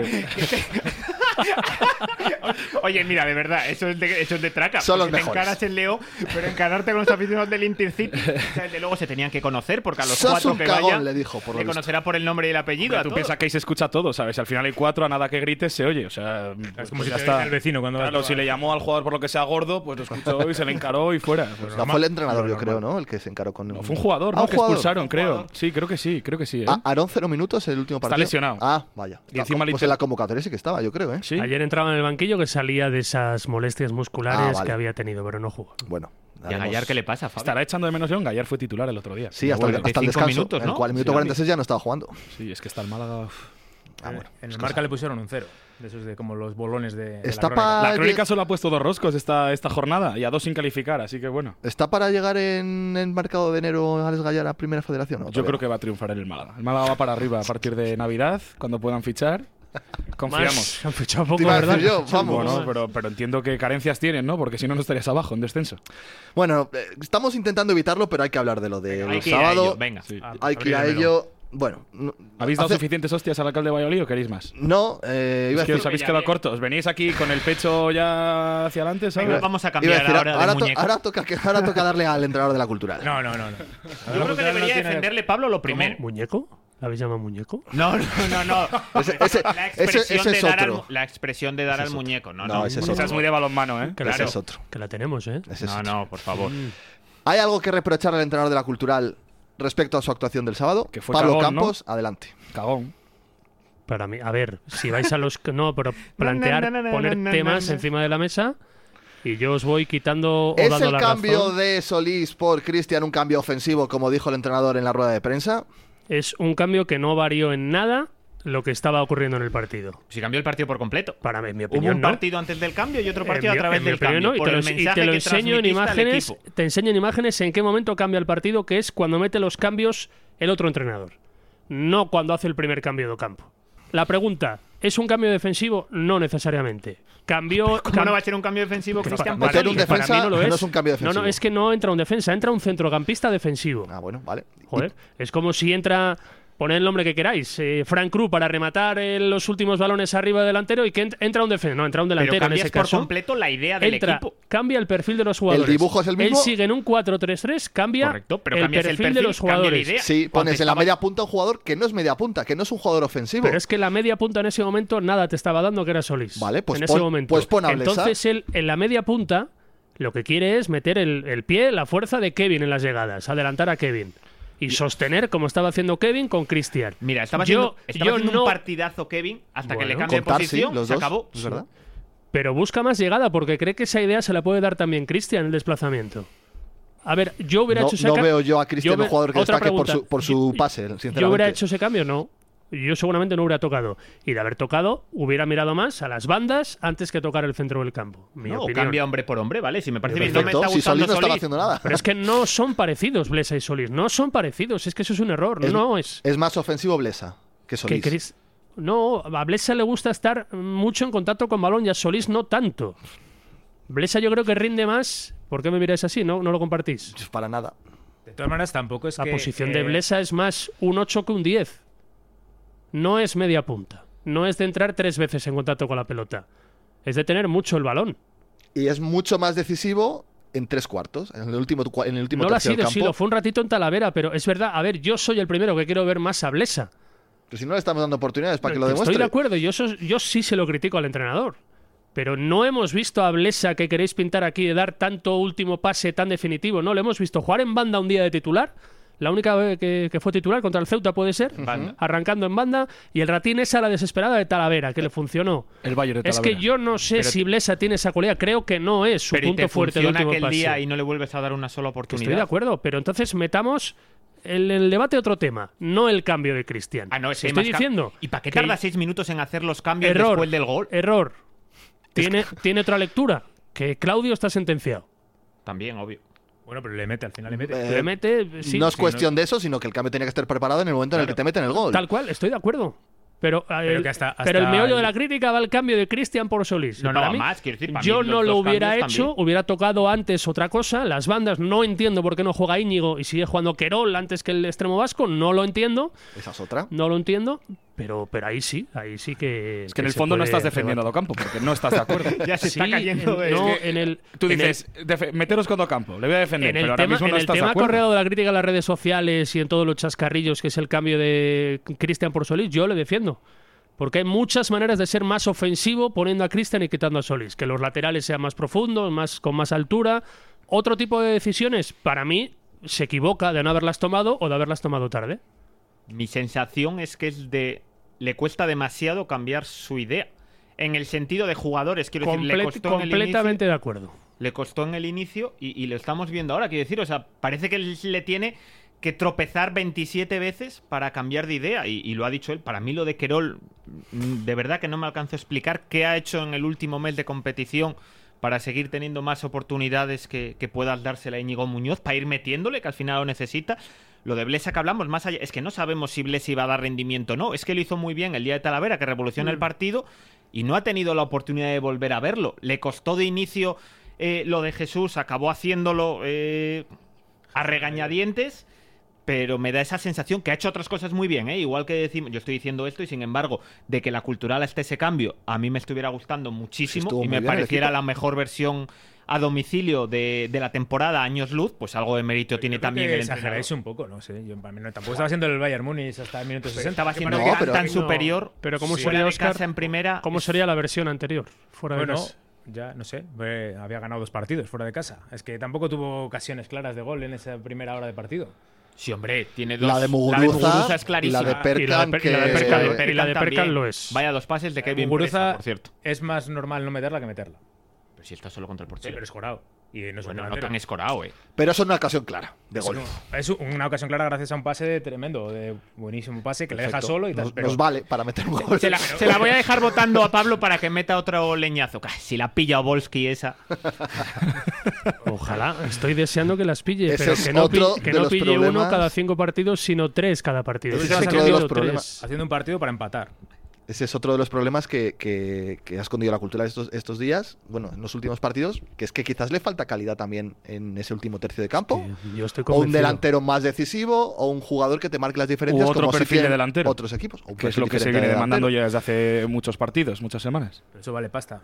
Oye, mira, de verdad, eso es de, eso es de traca. Son los porque te mejores. encaras en Leo, pero encararte con los aficionados del Intercity, o sea, desde luego se tenían que conocer, porque a los Sos cuatro un que cagón, vayan, le dijo, por lo le visto. conocerá por el nombre y el apellido. Hombre, a tú todos. piensas que ahí se escucha todo, ¿sabes? Al final hay cuatro, a nada que grites se oye, o sea... pues como si ya te está. oiga el vecino cuando vas Claro, a- si le llamó al jugador por lo que sea gordo, pues lo escuchó y se le encaró y fuera. Pues No, fue el entrenador, yo creo, ¿no? El que se encaró con... no, fue un jugador, Ah, ¿no? un Que jugador. expulsaron, creo. Sí, creo que sí, creo que sí, ¿eh? Ah, Aarón cero minutos el último Está partido. lesionado. Ah, vaya. Y encima pues le- en la convocatoria sí que estaba, yo creo, ¿eh? Sí. Ayer entraba en el banquillo que salía de esas molestias musculares Ah, vale. que había tenido, pero no jugó. Bueno. ¿Y a haremos- Gallar qué le pasa, Fabio? Estará echando de menos León. Gallar fue titular el otro día. Sí, hasta, el, Bueno, hasta el de cinco descanso. minutos, En el ¿no? cual el minuto Sí, cuarenta y seis ya no estaba jugando. Sí, es que está el Málaga. uf. Ah, bueno. En el marca le pusieron un cero. De esos de como los bolones de. de Está la crónica. pa- La Ah, crónica que- solo ha puesto dos roscos esta, esta jornada y a dos sin calificar, así que bueno. ¿Está para llegar en el mercado de enero Alex Gallar a Primera Federación? ¿O Yo todavía creo no? que va a triunfar en el Málaga. El Málaga va para arriba a partir de Navidad, cuando puedan fichar. Confiamos. Más, han fichado Te poco, iba a ¿verdad? decir yo, vamos. Bueno, pero, pero entiendo que carencias tienen, ¿no? Porque si no, no estarías abajo en descenso. Bueno, eh, estamos intentando evitarlo, pero hay que hablar de lo del Hay que ir a sábado. ello, venga. Sí. Ah, Hay que ir a abrir el ello. Bueno, no, ¿Habéis dado hace- suficientes hostias al alcalde de Valladolid o queréis más? No, eh, iba a Es que decir. os habéis ya quedado bien. cortos. Venís aquí con el pecho ya hacia adelante, ¿sabes? Venga, vamos a iba cambiar decir, ahora de ahora, to- muñeco. ahora toca, que- ahora toca darle al entrenador de la cultural. No, no, no. no. Yo creo que debería defenderle Pablo lo primero. ¿Muñeco? ¿La habéis llamado muñeco? No, no, no, no. Ese- ese- la, ese- expresión ese de es dar al, otro. la expresión de dar Ese al es otro. muñeco. No, No, no. ese es Esa otro. es muy de balonmano, ¿eh? Ese claro. es otro. Que la tenemos, ¿eh? Ese es No, otro. no, por favor. ¿Hay algo que reprochar al entrenador de la cultural respecto a su actuación del sábado? Que fue Pablo cagón, ¿no? Campos, adelante. Cagón. Para mí, a ver, si vais a los... No, pero plantear, na, na, na, poner na, na, temas na. encima de la mesa y yo os voy quitando o ¿Es dando el la cambio razón. de Solís por Cristian un cambio ofensivo, como dijo el entrenador en la rueda de prensa? Es un cambio que no varió en nada lo que estaba ocurriendo en el partido. Si cambió el partido por completo. Para mí, en mi Hubo opinión, un no. partido antes del cambio y otro En partido mi- a través en mi del opinión, cambio. no, y por te el lo, y mensaje te lo que enseño en transmitiste al imágenes, equipo. te enseño en imágenes en qué momento cambia el partido, que es cuando mete los cambios el otro entrenador, no cuando hace el primer cambio de campo. La pregunta, ¿es un cambio defensivo? No necesariamente. Cambió. ¿Cómo no va a ser un cambio defensivo Que Cristian para- Meter Pazzi? un que para defensa mí no lo es. no es un cambio defensivo. No, no, es que no entra un defensa, entra un centrocampista defensivo. Ah, bueno, vale. Joder, es como si entra, poned el nombre que queráis, eh, Frank Cruz para rematar eh, los últimos balones arriba del delantero y que ent- entra un defensa, no, entra un Pero delantero en cambias ese por caso. completo la idea del Entra, equipo. cambia el perfil de los jugadores. dibujo es el mismo. Él sigue en un cuatro tres tres, cambia, Correcto, pero el, cambias el perfil de perfil, los cambia la jugadores. idea. Sí, Cuando pones en la estaba- media punta un jugador que no es media punta, que no es un jugador ofensivo. Pero es que la media punta en ese momento nada te estaba dando, que era Solís. Vale, pues en pon- ese momento. pues pon a Blesa. Entonces él en la media punta lo que quiere es meter el, el pie, la fuerza de Kevin en las llegadas, adelantar a Kevin y sostener como estaba haciendo Kevin con Cristian. Mira, estaba Yo- haciendo, estaba yo haciendo no- un partidazo Kevin hasta que Bueno, le cambia de Contar, sí, posición, los se dos, acabó. es verdad. Pero busca más llegada porque cree que esa idea se la puede dar también Cristian en el desplazamiento. A ver, yo hubiera No, hecho ese no ca- veo yo a Cristian yo un jugador que otra destaque por pregunta. su, por su pase, sinceramente. Yo hubiera hecho ese cambio, no. Yo seguramente no hubiera tocado. Y de haber tocado, hubiera mirado más a las bandas antes que tocar el centro del campo. Mi No, o opinión. cambia hombre por hombre, ¿vale? Si me parece bien, no me Perfecto, está si gustando Solís no estaba Solís. haciendo nada. Pero es que no son parecidos Blesa y Solís. No son parecidos. Es que eso es un error. Es- no es. Es más ofensivo Blesa que que Solís. Cris- No, a Blesa le gusta estar mucho en contacto con balón y a Solís no tanto. Blesa yo creo que rinde más. ¿Por qué me miráis así? ¿No, no lo compartís? Pues para nada. De todas maneras, tampoco es La que... posición eh, de Blesa es más un ocho que un diez. No es media punta. No es de entrar tres veces en contacto con la pelota. Es de tener mucho el balón. Y es mucho más decisivo en tres cuartos, en el último, cua- en el último No lo ha tercio del sido, campo. sí, lo fue un ratito en Talavera, pero es verdad. A ver, yo soy el primero que quiero ver más a Blesa. Pero si no le estamos dando oportunidades para que lo Estoy demuestre. de acuerdo, yo, eso- yo sí se lo critico al entrenador. Pero no hemos visto a Blesa que queréis pintar aquí de dar tanto último pase tan definitivo. No, le hemos visto jugar en banda un día de titular. La única vez que, que fue titular contra el Ceuta puede ser. Banda. Arrancando en banda. Y el ratín esa la desesperada de Talavera, que le funcionó. El Bayern de Es que Talavera. yo no sé Pero- si Blesa tiene esa cualidad. Creo que no es su Pero y punto te fuerte el funciona último aquel pase. día y no le vuelves a dar una sola oportunidad. Estoy de acuerdo, pero entonces metamos el, el debate otro tema, no el cambio de Cristian. Ah, no, es que Estoy hay más cam- diciendo. ¿Y para qué que- tarda seis minutos en hacer los cambios Error, después del gol? Error. Tiene, tiene otra lectura. Que Claudio está sentenciado. También, obvio. Bueno, pero le mete, al final le mete. Eh, Le mete. Sí, no es sí, cuestión de eso, sino que el cambio tenía que estar preparado en el momento en el que te meten el gol. Tal cual, estoy de acuerdo. Pero, eh, Pero el, que hasta- pero el hasta meollo de el- la crítica va al cambio de Cristian por Solís. No, Y no, para va mí, más, quiero decir, para yo mí no los lo dos hubiera cambios hecho, también. hubiera tocado antes otra cosa. Las bandas no entiendo por qué no juega Íñigo y sigue jugando Querol antes que el extremo vasco. No lo entiendo. Esa es otra. No lo entiendo. Pero, pero ahí sí, ahí sí que. Es que en el fondo no estás defendiendo a Docampo, porque no estás de acuerdo. Ya se está Sí, cayendo. en- de- no, es que- en el. Tú en el- dices, defe- meteros con Docampo, le voy a defender, En el pero ahora tema, mismo en no el estás de tema acuerdo. correo de la crítica en las redes sociales y en todos los chascarrillos, que es el cambio de Cristian por Solís, yo le defiendo. Porque hay muchas maneras de ser más ofensivo poniendo a Cristian y quitando a Solís. Que los laterales sean más profundos, más, con más altura. Otro tipo de decisiones, para mí, se equivoca de no haberlas tomado o de haberlas tomado tarde. Mi sensación es que es de. Le cuesta demasiado cambiar su idea. En el sentido de jugadores, quiero decir, le Comple- costó en el completamente inicio, de acuerdo. le costó en el inicio y, y lo estamos viendo ahora, quiero decir, o sea, parece que él le tiene que tropezar veintisiete veces para cambiar de idea y, y lo ha dicho él. Para mí lo de Querol, mm, de verdad que no me alcanzo a explicar qué ha hecho en el último mes de competición para seguir teniendo más oportunidades que, que puedas dársela a Íñigo Muñoz, para ir metiéndole, que al final lo necesita. Lo de Blesa que hablamos, más allá, es que no sabemos si Blesa iba a dar rendimiento o no. Es que lo hizo muy bien el día de Talavera, que revoluciona Mm. el partido, y no ha tenido la oportunidad de volver a verlo. Le costó de inicio eh, lo de Jesús, acabó haciéndolo eh, a regañadientes, pero me da esa sensación que ha hecho otras cosas muy bien, ¿eh? Igual que decimos, yo estoy diciendo esto y sin embargo, de que la cultural hasta ese cambio, a mí me estuviera gustando muchísimo estuvo y muy me bien el pareciera equipo. la mejor versión a domicilio de, de la temporada años luz, pues algo de mérito tiene Yo creo también que el exageráis entrenador. un poco, no sé. Yo, para mí no- tampoco estaba siendo el Bayern Múnich hasta el minuto sesenta. Estaba que siendo parece No, que- pero- tan no, superior. pero ¿cómo fuera sería, de Óscar? casa en primera. ¿Cómo es- sería la versión anterior? Fuera de Bueno, casa. ya no sé. eh, había ganado dos partidos fuera de casa. Es que tampoco tuvo ocasiones claras de gol en esa primera hora de partido. Sí, hombre, tiene dos. La de Muguruza es y clarísima. la de Y la de Perkan, Per- que... y la de Perkan lo- Perkan y la de Perkan también. lo es. Vaya dos pases de Kevin Muguruza Presa, por cierto. es más normal no meterla que meterla. Pero si está solo contra el Sí, portero. pero es Jorao. Y no es Bueno, un no delantero. tan escorado, eh. Pero eso es una ocasión clara de gol. Es una ocasión clara gracias a un pase tremendo, de buenísimo pase que le deja Perfecto. solo y tal. Nos, pero- nos vale para meter un gol. Se la, se la voy a dejar votando a Pablo para que meta otro leñazo. Si la pilla Volsky esa. Ojalá, estoy deseando que las pille, Ese pero es que no, pi- otro que de no los pille uno problemas. cada cinco partidos, sino tres cada partido. Ese Es es que otro han de los tenido problemas. tres. Haciendo un partido para empatar. Ese es otro de los problemas que, que, que ha escondido la cultura estos, estos días, bueno, en los últimos partidos, que es que quizás le falta calidad también en ese último tercio de campo. Sí, yo estoy O un convencido. delantero más decisivo, o un jugador que te marque las diferencias. U otro como sí perfil tienen de delantero. Otros equipos. O un Que es perfil lo que se diferente viene de demandando delantero. ya desde hace muchos partidos, muchas semanas. Pero eso vale pasta.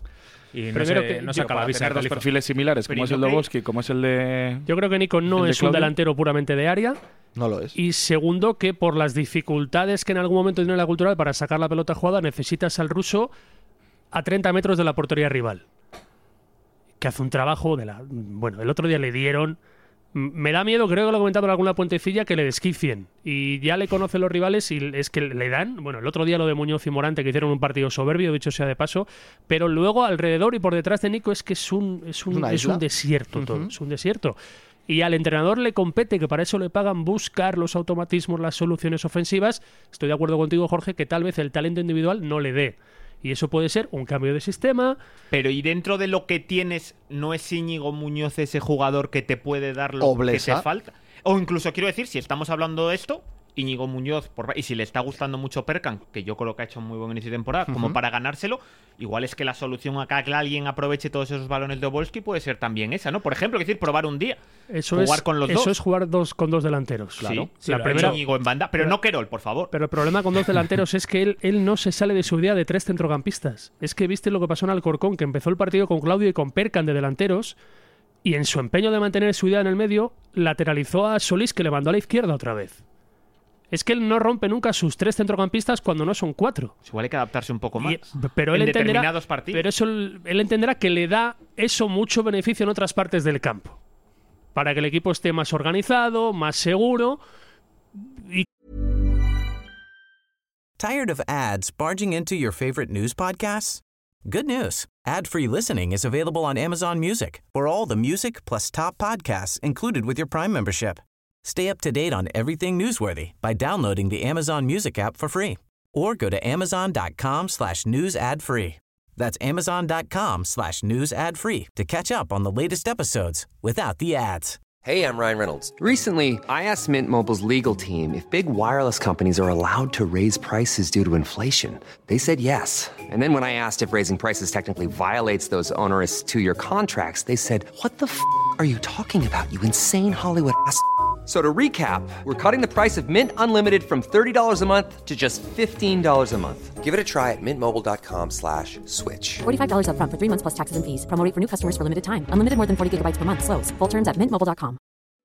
Y no Primero se, que no yo- saca Para la visa tener de dos Califa. perfiles similares, Pero como ¿y es no el de creéis? Volsky, como es el de... Yo creo que Nico no ¿El de es un Claudio? delantero puramente de área. No lo es. Y segundo, que por las dificultades que en algún momento tiene la cultural para sacar la pelota jugada, necesitas al ruso a treinta metros de la portería rival. Que hace un trabajo de la... Bueno, el otro día le dieron... M- Me da miedo, creo que lo he comentado en alguna puentecilla, que le desquicien. Y ya le conocen los rivales y es que le dan... Bueno, el otro día lo de Muñoz y Morante, que hicieron un partido soberbio, dicho sea de paso, pero luego alrededor y por detrás de Nico es que es un, es un, ¿Una es isla? un desierto todo, Ujú. es un desierto. Y al entrenador le compete, que para eso le pagan, buscar los automatismos, las soluciones ofensivas. Estoy de acuerdo contigo, Jorge, que tal vez el talento individual no le dé. Y eso puede ser un cambio de sistema. Pero y dentro de lo que tienes, ¿no es Íñigo Muñoz ese jugador que te puede dar lo O que Blesa. te falta? O incluso quiero decir, si estamos hablando de esto, Íñigo Muñoz, por- y si le está gustando mucho Perkan, que yo creo que ha hecho un muy buen inicio de temporada, como para ganárselo, igual es que la solución acá que alguien aproveche todos esos balones de Obolski puede ser también esa, ¿no? Por ejemplo, es decir, probar un día. Eso Jugar es, con los eso dos. es jugar dos con dos delanteros. Claro. Sí, la lo ha primera, hecho. Íñigo en banda, pero, pero- no Querol, por favor. Pero el problema con dos delanteros es que él, él no se sale de su idea de tres centrocampistas. Es que viste lo que pasó en Alcorcón, que empezó el partido con Claudio y con Perkan de delanteros, y en su empeño de mantener su idea en el medio, lateralizó a Solís, que le mandó a la izquierda otra vez. Es que él no rompe nunca sus tres centrocampistas cuando no son cuatro. Igual hay que adaptarse un poco más. Y- pero él en entenderá, determinados partidos. pero eso él, él entenderá que le da eso mucho beneficio en otras partes del campo. Para que el equipo esté más organizado, más seguro. Tired of ads barging into your favorite news podcasts? Good news. Ad-free listening is available on Amazon Music for all the music plus top podcasts included with your Prime membership. Stay up to date on everything newsworthy by downloading the Amazon Music app for free or go to amazon.com slash news ad free. That's amazon.com slash news ad free to catch up on the latest episodes without the ads. Hey, I'm Ryan Reynolds. Recently, I asked Mint Mobile's legal team if big wireless companies are allowed to raise prices due to inflation. They said yes. And then when I asked if raising prices technically violates those onerous two-year contracts, they said, "What the f*** are you talking about, you insane Hollywood ass?" So to recap, we're cutting the price of Mint Unlimited from thirty dollars a month to just fifteen dollars a month. Give it a try at mintmobile.com slash switch. forty-five dollars upfront for three months plus taxes and fees. Promo rate for new customers for limited time. Unlimited more than forty gigabytes per month. Slows full terms at mint mobile dot com.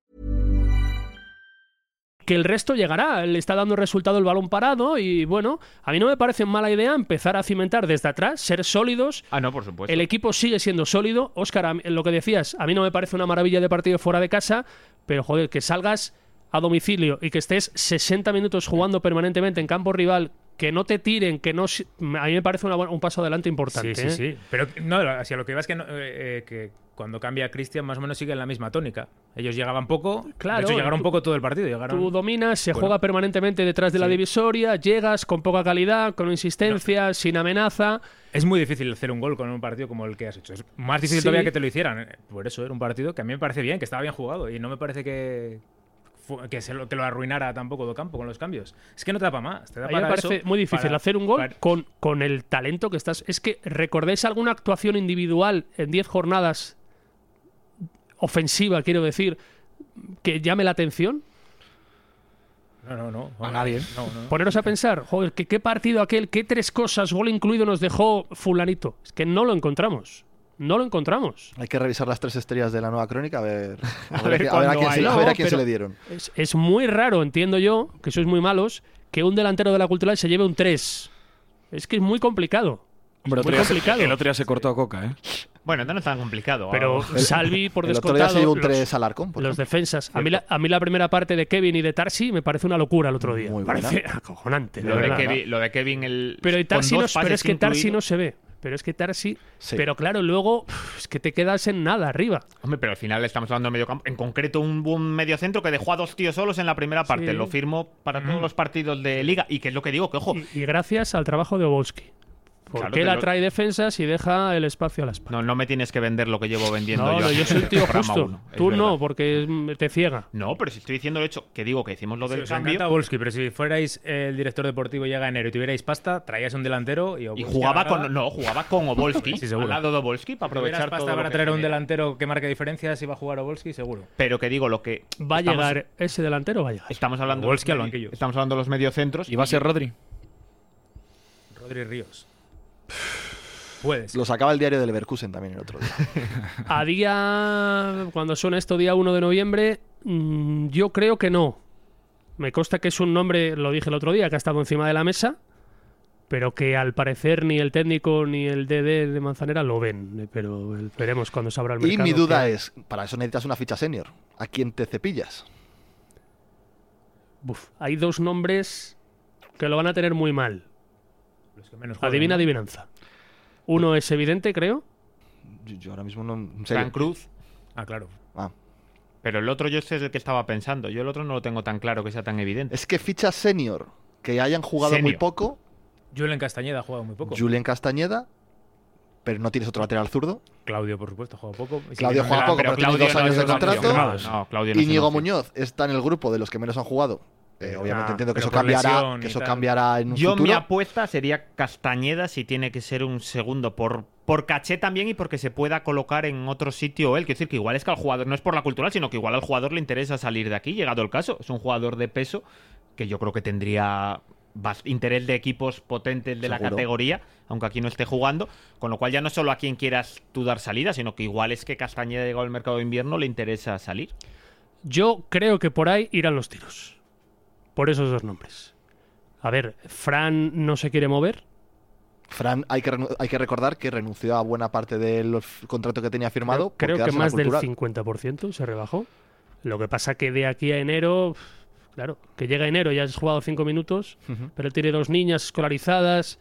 Que el resto llegará. Le está dando resultado el balón parado y bueno, a mí no me parece mala idea empezar a cimentar desde atrás, ser sólidos. Ah, no, por supuesto. El equipo sigue siendo sólido. Óscar, a mí- lo que decías, a mí no me parece una maravilla de partido fuera de casa, pero joder, que salgas a domicilio y que estés sesenta minutos jugando permanentemente en campo rival, que no te tiren, que no... si- A mí me parece una buena- un paso adelante importante. Sí, sí, ¿eh? sí. Pero no, hacia lo que iba es que, no- eh, eh, que cuando cambia Cristian más o menos sigue en la misma tónica. Ellos llegaban poco, Claro, de hecho llegaron tú- poco todo el partido. Llegaron... Tú dominas, se Bueno. juega permanentemente detrás de la Sí. divisoria, llegas con poca calidad, con insistencia, sin amenaza. Es muy difícil hacer un gol con un partido como el que has hecho. Es más difícil Sí. todavía que te lo hicieran. Eh, Por eso era un partido que a mí me parece bien, que estaba bien jugado. Y no me parece que, fu- que, se lo, que lo arruinara tampoco do campo con los cambios. Es que no te da para más. Te da A mí me para parece eso, muy difícil para- hacer un gol para- con, con el talento que estás... Es que, ¿recordáis alguna actuación individual en diez jornadas ofensiva, quiero decir, que llame la atención? No, no, no. A nadie. No, no. Poneros a pensar, joder, ¿qué, qué partido aquel, qué tres cosas, gol incluido, nos dejó fulanito. Es que no lo encontramos. No lo encontramos. Hay que revisar las tres estrellas de la nueva crónica a ver a, A ver, ver a quién- a ver a cuándo quién, hay. se, a No, ver a quién se pero- le dieron. Es, es muy raro, entiendo yo, que sois muy malos, que un delantero de la Cultural se lleve un tres. Es que es muy complicado. Hombre, el muy otro día se- complicado. el otro día se cortó a Coca, ¿eh? Bueno, no es tan complicado. Pero Ah, Salvi, por El otro día descontado, se llevó un los- tres al Arcón. por los ejemplo. defensas. A mí, la, a mí la primera parte de Kevin y de Tarsi me parece una locura el otro día. Muy Me parece buena. acojonante. lo, de de verdad. Kevin, lo de Kevin, el. Pero, y con Tarsi dos no, pero pases es que Tarsi incluidos. no se ve. Pero es que Tarsi... Sí. Pero claro, luego uf, es que te quedas en nada arriba. Hombre, pero al final estamos hablando de medio campo. En concreto, un buen medio centro que dejó a dos tíos solos en la primera parte. Sí. Lo firmó para todos los partidos de Liga. Y que es lo que digo, que ojo. Y, y gracias al trabajo de Obolski. Porque Claro, él te lo- atrae defensas y deja el espacio a la espalda. No, no me tienes que vender lo que llevo vendiendo No, yo. no, yo soy el tío Programa justo. uno, es Tú no, verdad. porque mm, te ciega. No, pero si estoy diciendo el hecho, que digo que hicimos lo Sí, del os cambio. encanta Volsky, pero si fuerais el director deportivo y llega enero y tuvierais pasta, traíais un delantero y, Y Obolski jugaba a la grada. con. No, jugaba con Obolski. Sí, seguro. Al lado de Obolski para Si tuvieras aprovechar pasta todo. para lo que traer un genera. delantero que marque diferencias y va a jugar Obolski, seguro. Pero que digo, lo que. Va a estamos- llegar ese delantero, va a llegar. Estamos hablando. Obolski de al los banquillo. medi- Estamos hablando de los mediocentros. ¿Y va a ser Rodri? Rodri Ríos. Puedes. Lo sacaba el diario del Leverkusen también el otro día. A día... Cuando suena esto, día uno de noviembre, mm, yo creo que no. Me consta que es un nombre, lo dije el otro día, que ha estado encima de la mesa, pero que al parecer ni el técnico ni el D D de Manzanera lo ven. Pero veremos cuando se abra el Y mercado. mi duda que- es, para eso necesitas una ficha senior. ¿A quién te cepillas? Uf, hay dos nombres que lo van a tener muy mal. Los que menos juegan, Adivina, ¿no? adivinanza. Uno es evidente, creo. Yo, yo ahora mismo no... en serio. Fran Cruz. Ah, claro. Ah. Pero el otro yo sé es el que estaba pensando. Yo el otro no lo tengo tan claro que sea tan evidente. Es que fichas senior que hayan jugado muy Senior. poco, Julen Castañeda ha jugado muy poco. Julien Castañeda, pero no tienes otro lateral zurdo. Claudio, por supuesto, ha jugado poco. Y si Claudio viene juega de la- poco, pero tiene dos no años es de una contrato. opción. No, Claudio no es Íñigo una opción. Muñoz está en el grupo de los que menos han jugado. Eh, obviamente Ah, entiendo que pero eso por cambiará, lesión que y eso tal. cambiará en un Yo futuro. mi apuesta sería Castañeda si tiene que ser un segundo por, por caché también y porque se pueda colocar en otro sitio él. Quiero decir que igual es que al jugador, no es por la cultural, sino que igual al jugador le interesa salir de aquí, llegado el caso. Es un jugador de peso que yo creo que tendría bas- interés de equipos potentes de la Seguro. categoría, aunque aquí no esté jugando. Con lo cual ya no solo a quien quieras tú dar salida, sino que igual es que Castañeda llegado al mercado de invierno le interesa salir. Yo creo que por ahí irán los tiros. Por esos dos nombres. A ver, Fran no se quiere mover. Fran, hay que, renu- hay que recordar que renunció a buena parte del f- contrato que tenía firmado. por Creo que quedarse en la más del cultural. cincuenta por ciento se rebajó. Lo que pasa que de aquí a enero, uf, claro, que llega enero ya has jugado cinco minutos, Ujú. pero él tiene dos niñas escolarizadas.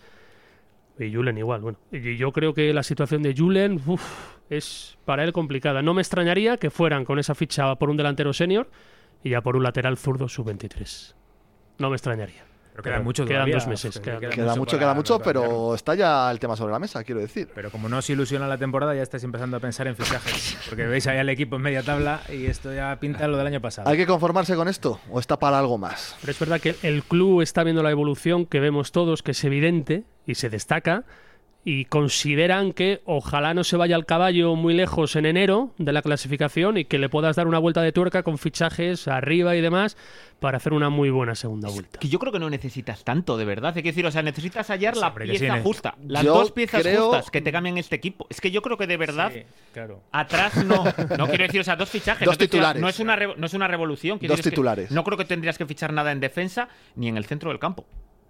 Y Julen igual, bueno. Y yo creo que la situación de Julen uf, es para él complicada. No me extrañaría que fueran con esa ficha por un delantero senior y ya por un lateral zurdo sub veintitrés. No me extrañaría. Pero quedan mucho Quedan todavía. dos meses, Queda, quedan- Queda mucho, para queda mucho, los cambios. pero está ya el tema sobre la mesa, quiero decir. Pero como no os ilusiona la temporada, ya estáis empezando a pensar en fichajes. Porque veis ahí al equipo en media tabla y esto ya pinta lo del año pasado. ¿Hay que conformarse con esto o está para algo más? Pero es verdad que el club está viendo la evolución que vemos todos, que es evidente y se destaca, y consideran que ojalá no se vaya al caballo muy lejos en enero de la clasificación y que le puedas dar una vuelta de tuerca con fichajes arriba y demás para hacer una muy buena segunda vuelta. Que yo creo que no necesitas tanto, de verdad. Hay que decir, o sea, necesitas hallar la Hombre, que pieza sí, ne- justa. Las Yo dos piezas creo- justas que te cambian este equipo. Es que yo creo que de verdad, Sí, claro. atrás no. No quiero decir, o sea, dos fichajes. Dos no te estoy- titulares. No es una, re- no es una revolución. quiero Dos decir, es que titulares. No creo que tendrías que fichar nada en defensa ni en el centro del campo.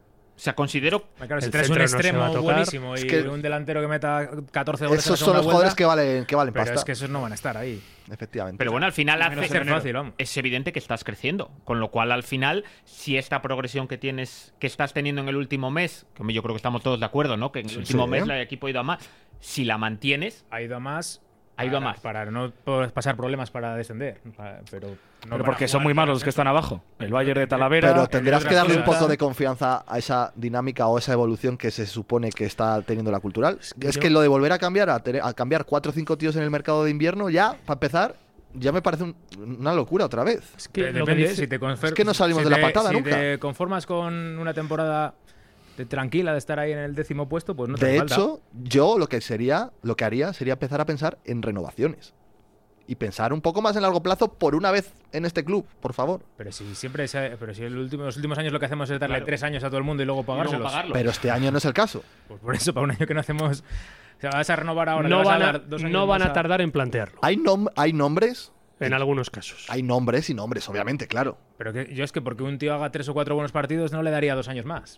O sea, considero. Claro, si El traes un centro no se va a extremo tocar. buenísimo Es y que un delantero que meta catorce goles en la Esos son segunda los jugadores vuelta, que valen, que valen pero pasta. es que esos no van a estar ahí. Efectivamente. Pero bueno, al final Menos hace, en fácil, vamos. es evidente que estás creciendo. Con lo cual, al final, si esta progresión que tienes, que estás teniendo en el último mes, que yo creo que estamos todos de acuerdo, ¿no? Que en el último sí. mes el equipo ha ido a más. Si la mantienes, Ha ido a más. Ha ido a para- más. Para no po- pasar problemas para descender. para- pero no Pero para porque son jugar muy para malos los que ascenso. están abajo. El Bayern de Talavera. Pero el tendrás de que darle un Rascaeta. poco de confianza a esa dinámica o esa evolución que se supone que está teniendo la cultural. Es que, yo- lo de volver a cambiar, a, tener- a cambiar cuatro o cinco tíos en el mercado de invierno, ya, para empezar, ya me parece un- una locura otra vez. Es que Eh, lo que Depende, dice- si te confer- Es que no salimos si de la te- patada si nunca. te conformas con una temporada de- tranquila de estar ahí en el décimo puesto, pues no te De hace falta. hecho, yo lo que sería, lo que haría sería empezar a pensar en renovaciones. Y pensar un poco más en largo plazo por una vez en este club, por favor. Pero si siempre se- pero si el último, los últimos años lo que hacemos es darle Claro. tres años a todo el mundo y luego y luego pagárselos. pagarlo. Pues Pero este año no es el caso. por eso, para un año que no hacemos. O sea, vas a renovar ahora. le no vas van, a, dar dos años no van más a tardar en plantearlo, Hay, nom- hay nombres, en algunos casos. hay nombres y nombres, obviamente, claro. Pero que, yo es que porque un tío haga tres o cuatro buenos partidos no le daría dos años más.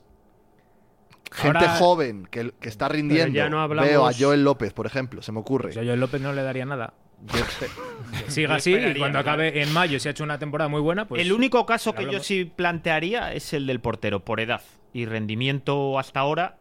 Gente Ahora- joven que, que está rindiendo. ya no hablamos- Veo a Joel López, por ejemplo, se me ocurre. Pues yo a López no le daría nada. Yo espe- Que siga Yo así y esperaría, cuando ¿no? acabe en mayo, si ha hecho una temporada muy buena, pues. el único caso que yo hablamos. sí plantearía es el del portero, por edad y rendimiento hasta ahora.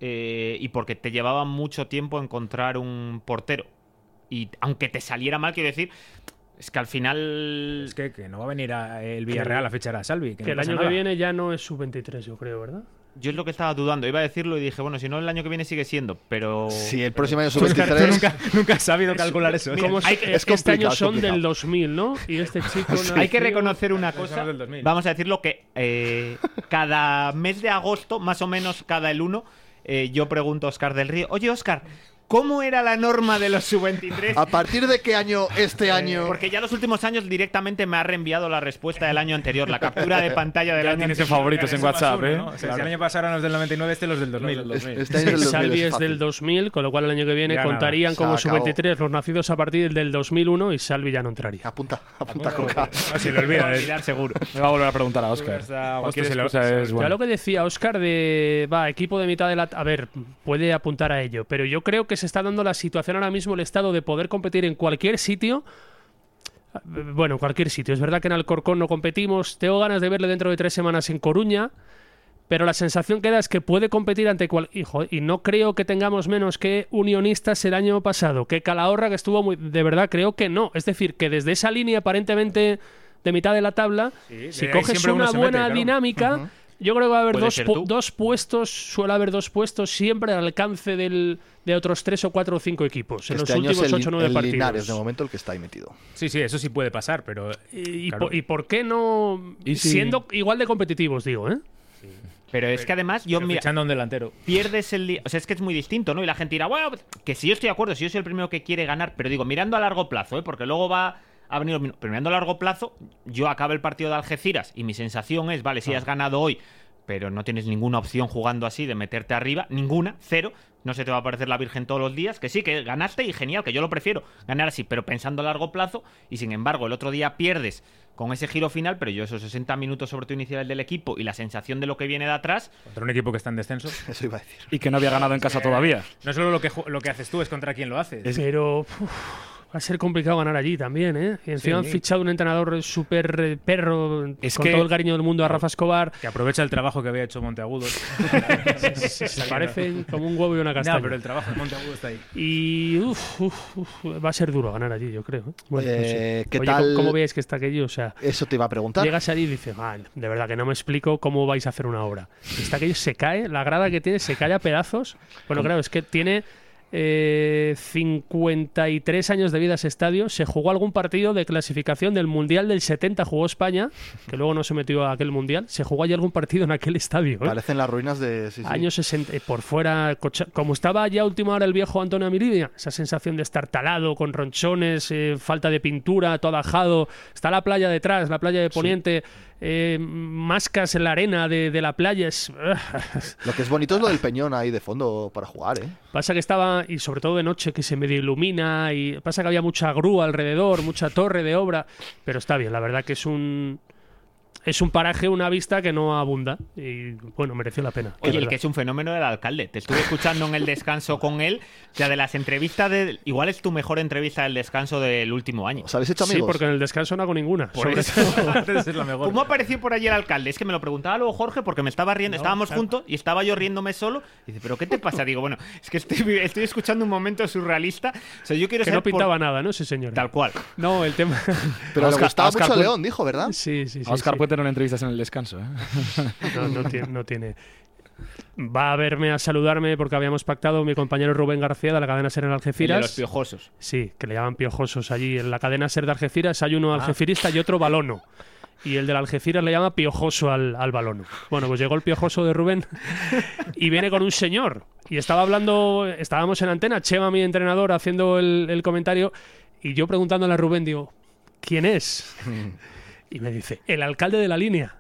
eh, y porque te llevaba mucho tiempo encontrar un portero. Y aunque te saliera mal, quiero decir, es que al final... Es que, que no va a venir a el Villarreal a fichar a Salvi. Que, que no el pasa año nada. que viene ya no es sub veintitrés, yo creo, ¿verdad? Yo es lo que estaba dudando. Iba a decirlo y dije, bueno, si no el año que viene sigue siendo, pero... Si el próximo año Tú sub nunca, tú veintitrés... nunca, nunca has sabido calcular eso. ¿eh? Como hay- es, es que este año complicado, es son complicado. del dos mil, ¿no? Y este chico... Hay que nació- reconocer una Pues cosa. son del dos mil. Vamos a decirlo que eh, cada mes de agosto, más o menos cada el uno, eh, yo pregunto a Óscar del Río, oye Óscar, ¿cómo era la norma de los sub veintitrés? ¿A partir de qué año este año? Porque ya los últimos años directamente me ha reenviado la respuesta del año anterior, la captura de pantalla del Ya año tienes en anterior. favoritos en Eso más WhatsApp, uno, ¿eh? ¿no? O sea, si el año pasado eran los del noventa y nueve, este los del dos mil. Los del dos mil. Este año es del dos mil, Salvi es es fácil. del dos mil, con lo cual el año que viene Ya nada, contarían se como acabó. sub veintitrés los nacidos a partir del dos mil uno y Salvi ya no entraría. Apunta, apunta con K. Ah, se le olvida. ¿eh? Olvidar seguro. Me va a volver a preguntar a Óscar. Hasta Cualquier agosto se lo- excusa se lo- es Ya buena. lo que decía Óscar de, va, equipo de mitad de la... A ver, puede apuntar a ello, pero yo creo que se está dando la situación ahora mismo, el estado de poder competir en cualquier sitio. Bueno, en cualquier sitio. Es verdad que en Alcorcón no competimos. Tengo ganas de verle dentro de tres semanas en Coruña, pero la sensación que da es que puede competir ante cual... Hijo, y no creo que tengamos menos que Unionistas el año pasado, que Calahorra, que estuvo muy... De verdad, creo que no. Es decir, que desde esa línea aparentemente de mitad de la tabla, Sí, si de ahí coges siempre uno una se buena mete, claro. dinámica... Yo creo que va a haber Puede dos, ser pu- tú. dos puestos, suele haber dos puestos siempre al alcance del, de otros tres o cuatro o cinco equipos en Este los año es últimos el, ocho o nueve el partidos. Linares, de momento, el que está ahí metido. Sí, sí, eso sí puede pasar, pero... ¿Y, y Claro. por, y por qué no ¿Y si- siendo igual de competitivos, digo, ¿eh? Pero es que además yo pero mira, fichando a un delantero. pierdes el día. O sea, es que es muy distinto, ¿no? Y la gente dirá, bueno, que si yo estoy de acuerdo, si yo soy el primero que quiere ganar, pero digo, mirando a largo plazo, ¿eh? Porque luego va a venir los minutos. Pero mirando a largo plazo, yo acabo el partido de Algeciras y mi sensación es, vale, si has ganado hoy, pero no tienes ninguna opción jugando así de meterte arriba, ninguna, cero. No se te va a aparecer la Virgen todos los días, que sí, que ganaste y genial, que yo lo prefiero ganar así, pero pensando a largo plazo, y sin embargo el otro día pierdes con ese giro final, pero yo esos sesenta minutos sobre tu inicial del equipo y la sensación de lo que viene de atrás, Contra un equipo que está en descenso. Eso iba a decir. Y que no había ganado en casa todavía. No solo lo que, ju- lo que haces tú, es contra quién lo haces. Pero uf, va a ser complicado ganar allí también, ¿eh? Y encima Sí. han fichado un entrenador súper eh, perro, Es con que- todo el cariño del mundo a Rafa Escobar. Que aprovecha el trabajo que había hecho Monteagudo. Se parecen como un huevo y una castaña. No, pero el trabajo de Monteagudo está ahí. Y uf, uf, uf, va a ser duro ganar allí, yo creo. ¿eh? Bueno, no Eh, sé. ¿qué Oye, tal? ¿cómo, cómo veis que está aquello? O sea, Eso te iba a preguntar. llegas allí y dices, ah, de verdad que no me explico cómo vais a hacer una obra. Está aquello, se cae, la grada que tiene se cae a pedazos. Bueno, claro, es que tiene eh, cincuenta y tres años de vida ese estadio. Se jugó algún partido de clasificación del Mundial del setenta, jugó España, que luego no se metió a aquel Mundial. Se jugó allí algún partido en aquel estadio. ¿eh? Parecen las ruinas de... sí, sí. Años sesenta, eh, por fuera, cocha- como estaba ya a última hora el viejo Antonio Amiridia, esa sensación de estar talado, con ronchones, eh, falta de pintura, todo ajado. Está la playa detrás, la playa de Poniente, eh, mascas en la arena de, de la playa. Es, Lo que es bonito es lo del Peñón ahí de fondo para jugar, ¿eh? pasa que estaba, y sobre todo de noche, que se medio ilumina, y pasa que había mucha grúa alrededor, mucha torre de obra, pero está bien, la verdad que es un... Es un paraje, una vista que no abunda y bueno, mereció la pena. oye, de el verdad. que es un fenómeno del alcalde. Te estuve escuchando en el descanso con él, o sea, de las entrevistas de... Igual es tu mejor entrevista del descanso del último año. ¿Os habéis hecho Sí, amigos? porque en el descanso no hago ninguna. Por Sobre eso. Esa es la mejor. ¿Cómo apareció por allí el alcalde? Es que me lo preguntaba luego Jorge porque me estaba riendo, estábamos juntos y estaba yo riéndome solo. Y dice, ¿pero qué te pasa? Digo, bueno, es que estoy, estoy escuchando un momento surrealista. O sea, yo quiero que saber no pintaba por- nada, ¿no? Sí, señor. Tal cual. No, el tema... Pero le Oscar- gustaba Oscar mucho Puen- León, dijo, ¿verdad? sí, sí, sí. A Óscar sí. puede tener entrevistas en el descanso, ¿eh? No, no tiene, no tiene. Va a verme a saludarme porque habíamos pactado mi compañero Rubén García de la cadena SER en El de Algeciras. los piojosos. Sí, que le llaman piojosos allí. En la cadena SER de Algeciras hay Ah. uno algecirista y otro balono. Y el del Algeciras le llama piojoso al, al balono. Bueno, pues llegó el piojoso de Rubén y viene con un señor. Y estaba hablando, estábamos en antena, Chema, mi entrenador, haciendo el, el comentario, y yo preguntándole a Rubén, digo, ¿quién es? Y me dice, el alcalde de la línea.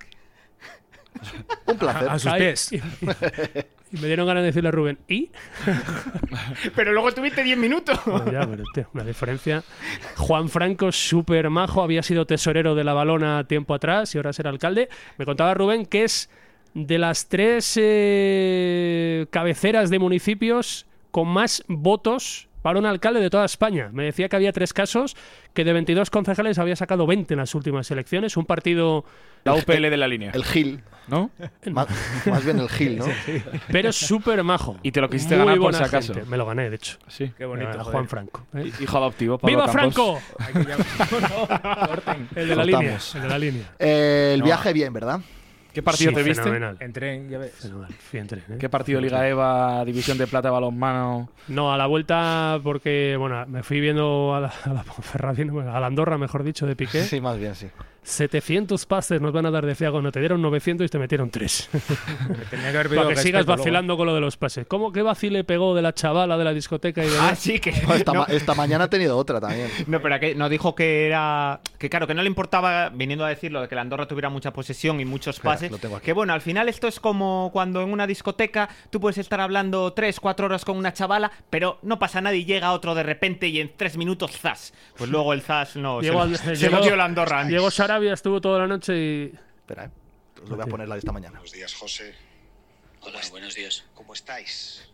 Un placer. A sus Ay, pies. Y, y me dieron ganas de decirle a Rubén, ¿y? Pero luego estuviste diez minutos. Bueno, ya, pero tío, una diferencia. Juan Franco, súper majo, había sido tesorero de la Balona tiempo atrás y ahora será alcalde. Me contaba Rubén que es de las tres eh, cabeceras de municipios con más votos para un alcalde de toda España. Me decía que había tres casos, que de veintidós concejales había sacado veinte en las últimas elecciones. Un partido... La U P L de la línea. El Gil, ¿no? Más, más bien el Gil, ¿no? Pero súper majo. Y te lo quisiste Muy ganar por buena si acaso. gente. Me lo gané, de hecho. Sí. Qué bonito. A joder. Juan Franco. ¿eh? Hijo adoptivo, Pablo ¡Viva Campos. Franco! Hay que llamar- Corten. El de la línea. Cortamos. El de la línea. Eh, el No. viaje bien, ¿verdad? ¿Qué partido Sí, te viste? fenomenal. Entré en, ya ves. Fenomenal. Fui en tren, ¿eh? ¿Qué partido Liga EVA, División de Plata, balonmano? No, a la vuelta porque, bueno, me fui viendo a la, a la Ponferradina, a la Andorra, mejor dicho, de Piqué. Sí, más bien, sí. setecientos pases nos van a dar de Fiago, no te dieron novecientos y te metieron tres. Tenía que haber pedido Para que sigas respeto vacilando con lo de los pases. ¿Cómo que vacile pegó de la chavala de la discoteca y de Ah, sí, que. No, esta, no, ma- esta mañana ha tenido otra también. no, pero que no dijo que era. Que claro, que no le importaba, viniendo a decirlo, de que la Andorra tuviera mucha posesión y muchos Espera, pases. lo tengo aquí. Que bueno, al final esto es como cuando en una discoteca tú puedes estar hablando tres, cuatro horas con una chavala, pero no pasa nada y llega otro de repente y en tres minutos zas. Pues luego el zas no. Llegó se, al- lo- se llegó- lo dio la Andorra antes. Llegó Sarabia, estuvo toda la noche y... Espera, ¿eh? Os lo voy a poner la de esta mañana. Buenos días, José. Hola, buenos días. ¿Cómo estáis?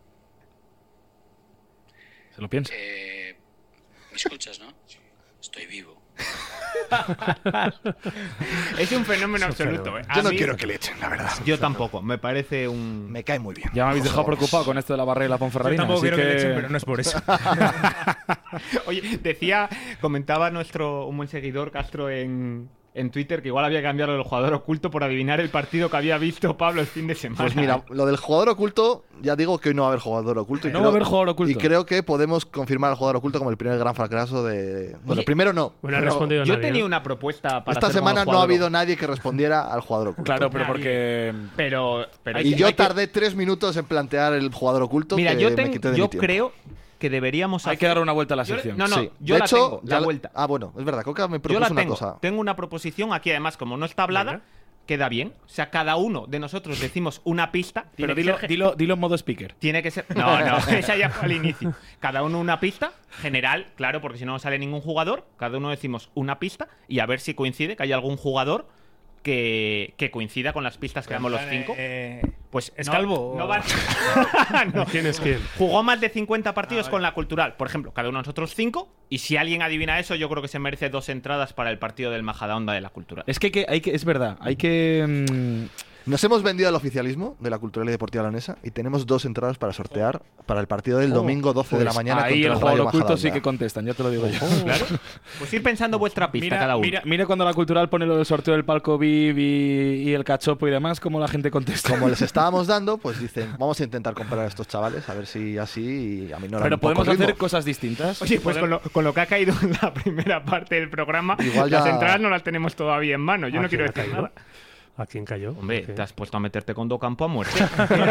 ¿Se lo piensa? Eh, ¿Me escuchas, no? Estoy vivo. Es un fenómeno absoluto. ¿eh? A Yo no mí- quiero que le echen, la verdad. Yo tampoco, me parece un. Me cae muy bien. Ya me habéis dejado preocupado con esto de la barrera y la Yo Ponferradina. tampoco así quiero que... que... le echen, pero no es por eso. Oye, decía, comentaba nuestro un buen seguidor Castro en, en Twitter que igual había que cambiarlo del jugador oculto por adivinar el partido que había visto Pablo el fin de semana. Pues mira, lo del jugador oculto, ya digo que hoy no va a haber jugador oculto. y No creo- va a haber jugador oculto. Y creo que podemos confirmar al jugador oculto como el primer gran fracaso de... Bueno, Oye, primero no. Bueno, ha pero respondido Yo nadie, tenía ¿no? una propuesta para esta hacer como semana no ha jugador habido nadie que respondiera al jugador oculto. Claro, pero Nadie. porque... Pero, pero hay Y que- yo hay que- tardé tres minutos en plantear el jugador oculto. Mira, que yo, me ten- quité de yo mi tiempo. creo que deberíamos Hay hacer- que dar una vuelta a la Yo- sección. no, no, Sí. yo de la hecho, tengo, ya la la- vuelta. Ah, bueno, es verdad. Coca me Yo la propuso una tengo. cosa. Tengo una proposición aquí, además, como no está hablada, Venga. queda bien. O sea, cada uno de nosotros decimos una pista. Pero tiene que dilo, ser- dilo, dilo en modo speaker. Tiene que ser. No, no, esa ya fue al inicio. Cada uno una pista, general, claro, porque si no no sale ningún jugador. Cada uno decimos una pista y a ver si coincide, que hay algún jugador que, que coincida con las pistas que damos los cinco. Eh, Pues ¿Es no- calvo? No, van- No. ¿Quién es quién? Jugó más de cincuenta partidos con la Cultural. Por ejemplo, cada uno de nosotros cinco. Y si alguien adivina eso, yo creo que se merece dos entradas para el partido del Majadahonda de la Cultural. Es que, hay que, hay que es verdad, hay que... mm, Nos hemos vendido al oficialismo de la Cultural y Deportiva Leonesa y tenemos dos entradas para sortear para el partido del domingo doce de la pues mañana ahí contra el el jugador Rayo oculto sí Majadahonda. que contestan, ya te lo digo yo. Claro. Pues ir pensando vuestra pista Mira, cada uno. mira, mira cuando la Cultural pone lo del sorteo del palco V I P y, y el cachopo y demás, cómo la gente contesta. Como les estábamos dando, pues dicen, vamos a intentar comprar a estos chavales, a ver si así y a mí no Pero podemos hacer cosas distintas. Oye, pues con lo, con lo que ha caído en la primera parte del programa, Igual las ya- entradas no las tenemos todavía en mano. Yo ¿A no quién quiero ha decir caído? nada. ¿A quién cayó? Hombre, ¿Qué? te has puesto a meterte con Docampo a muerte.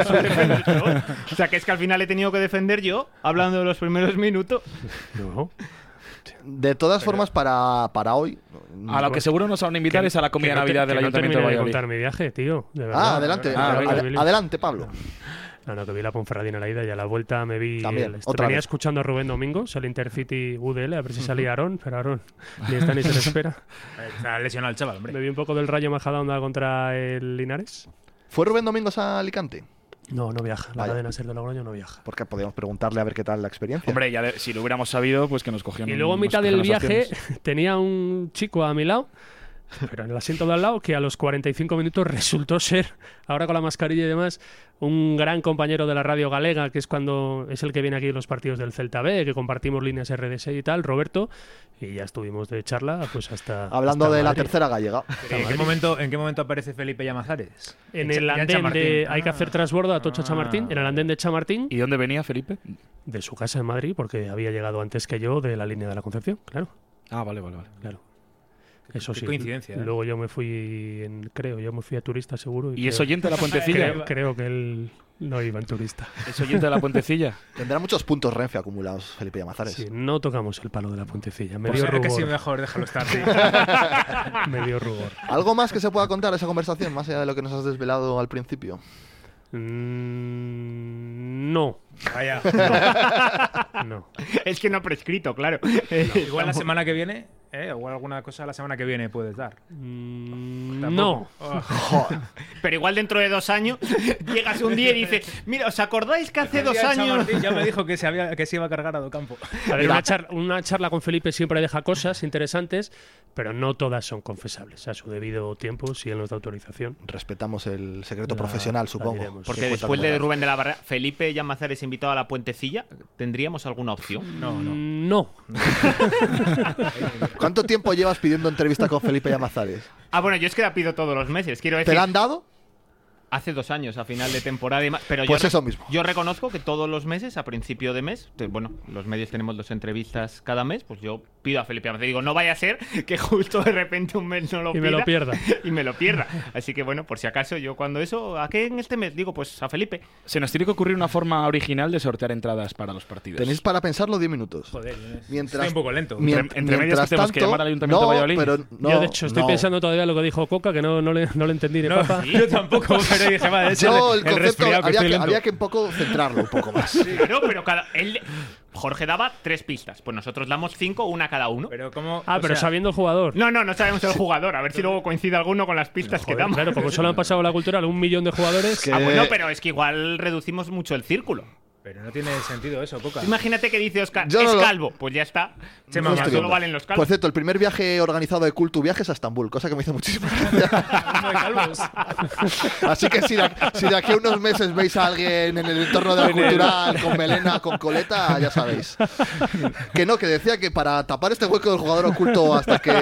O sea, que es que al final he tenido que defender yo, hablando de los primeros minutos. No. De todas formas, para, para hoy... A lo que seguro nos van a invitar es a la comida que no te- Navidad del que no Ayuntamiento de termine Valladolid. contar mi viaje, tío. De verdad. Ah, adelante, Ah, ade- venga. adelante, Pablo. No, no, que vi la Ponferradina a la ida y a la vuelta me vi... También, el- otra venía vez. escuchando a Rubén Domingos, el Intercity U D L, a ver si salía Aarón, pero Aarón ni está ni se le espera. Está lesionado el chaval, Me hombre. vi un poco del Rayo Majadahonda contra el Linares. ¿Fue Rubén Domingos a Alicante? No, no viaja. La Vaya. cadena Ser de Logroño no viaja. Porque podíamos preguntarle a ver qué tal la experiencia. Hombre, ya de- si lo hubiéramos sabido, pues que nos cogían. Y luego, en nos mitad cogían del las viaje, opciones. tenía un chico a mi lado, pero en el asiento de al lado, que a los cuarenta y cinco minutos resultó ser, ahora con la mascarilla y demás, un gran compañero de la radio galega, que es cuando es el que viene aquí en los partidos del Celta B, que compartimos líneas R D S y tal, Roberto, y ya estuvimos de charla pues hasta... Hablando hasta de la Madrid. tercera gallega. ¿En qué, momento, ¿En qué momento aparece Felipe Llamazares? En Cha- el ya en andén de... Chamartín. Hay que hacer transbordo a Tocho Ah. Chamartín, en el andén de Chamartín, ¿Y dónde venía Felipe? de su casa en Madrid, porque había llegado antes que yo de la línea de la Concepción, claro. Ah, vale, vale, vale. Claro. Eso qué sí. coincidencia, ¿eh? Luego yo me fui, en, creo, yo me fui a turista seguro. ¿Y es creo- oyente de la Puentecilla? Creo, creo que él no iba en turista. ¿Es oyente de la Puentecilla? Tendrá muchos puntos Renfe acumulados, Felipe Llamazares. Sí, no tocamos el palo de la puentecilla. Me Pues dio era que rubor. sí, mejor déjalo estar. Sí. Me dio rubor. ¿Algo más que se pueda contar de esa conversación, más allá de lo que nos has desvelado al principio? Mm, no. Vaya. No. Es que no ha prescrito, claro. Igual la semana que viene ¿Eh? O alguna cosa la semana que viene puedes dar. Mm, Tampoco. no. Oh. Pero igual dentro de dos años llegas un día y dices, mira, ¿os acordáis que hace dos El años? Chamartín ya me dijo que se, había, que se iba a cargar a Docampo. A ver, una, charla, una charla con Felipe siempre deja cosas interesantes, pero no todas son confesables. A su debido tiempo, si él nos da autorización. Respetamos el secreto La- profesional, la supongo. diremos. Porque Que después cuentas de verdad. Rubén de la Barrera, Felipe Llamazares invitado a la Puentecilla, ¿tendríamos alguna opción? No, no. Mm, No. ¿Cuánto tiempo llevas pidiendo entrevista con Felipe Llamazares? Ah, bueno, yo es que la pido todos los meses. Quiero ¿Te decir, la han dado? hace dos años, a final de temporada y más. Pero Pues yo, re- eso mismo. yo reconozco que todos los meses, a principio de mes, te- bueno, los medios tenemos dos entrevistas cada mes, pues yo pido a Felipe Llamazares. Digo, no vaya a ser que justo de repente un mes no lo Y pida me lo pierda. y me lo pierda. Así que bueno, por si acaso, yo cuando eso, ¿a qué en este mes? Digo, pues a Felipe. Se nos tiene que ocurrir una forma original de sortear entradas para los partidos. Tenéis para pensarlo diez minutos. Joder, Mientras- estoy un poco lento. Mien- Entre- entre medias mientras que tenemos que tanto- llamar al Ayuntamiento no, de Valladolid. Pero no, Yo, de hecho, estoy no. pensando todavía lo que dijo Coca, que no, no, le, no le entendí ni Ah, papa. Yo tampoco, pero dije, va, es Yo, el el concepto, resfriado que había estoy que, lento. había que un poco centrarlo un poco más. Pero, pero cada. Él, Jorge daba tres pistas. Pues nosotros damos cinco, una cada uno. Pero como... Ah, o pero sea, sabiendo el jugador. No, no, no sabemos el jugador. A ver si luego coincide alguno con las pistas que Joder, damos. claro, como solo han pasado la cultural un millón de jugadores. Que- Ah, bueno, pero es que igual reducimos mucho el círculo. Pero no tiene sentido eso, Coca. Imagínate que dice Oscar, Yo es no lo- calvo. Pues ya está. Se No, me Estoy solo viendo. valen los Por calvos. cierto, el primer viaje organizado de Cultu Viajes a Estambul, cosa que me hizo muchísima gracia. Así que si de, si de aquí a unos meses veis a alguien en el entorno de la cultural con melena, con coleta, ya sabéis. Que no, que decía que para tapar este hueco del jugador oculto hasta que...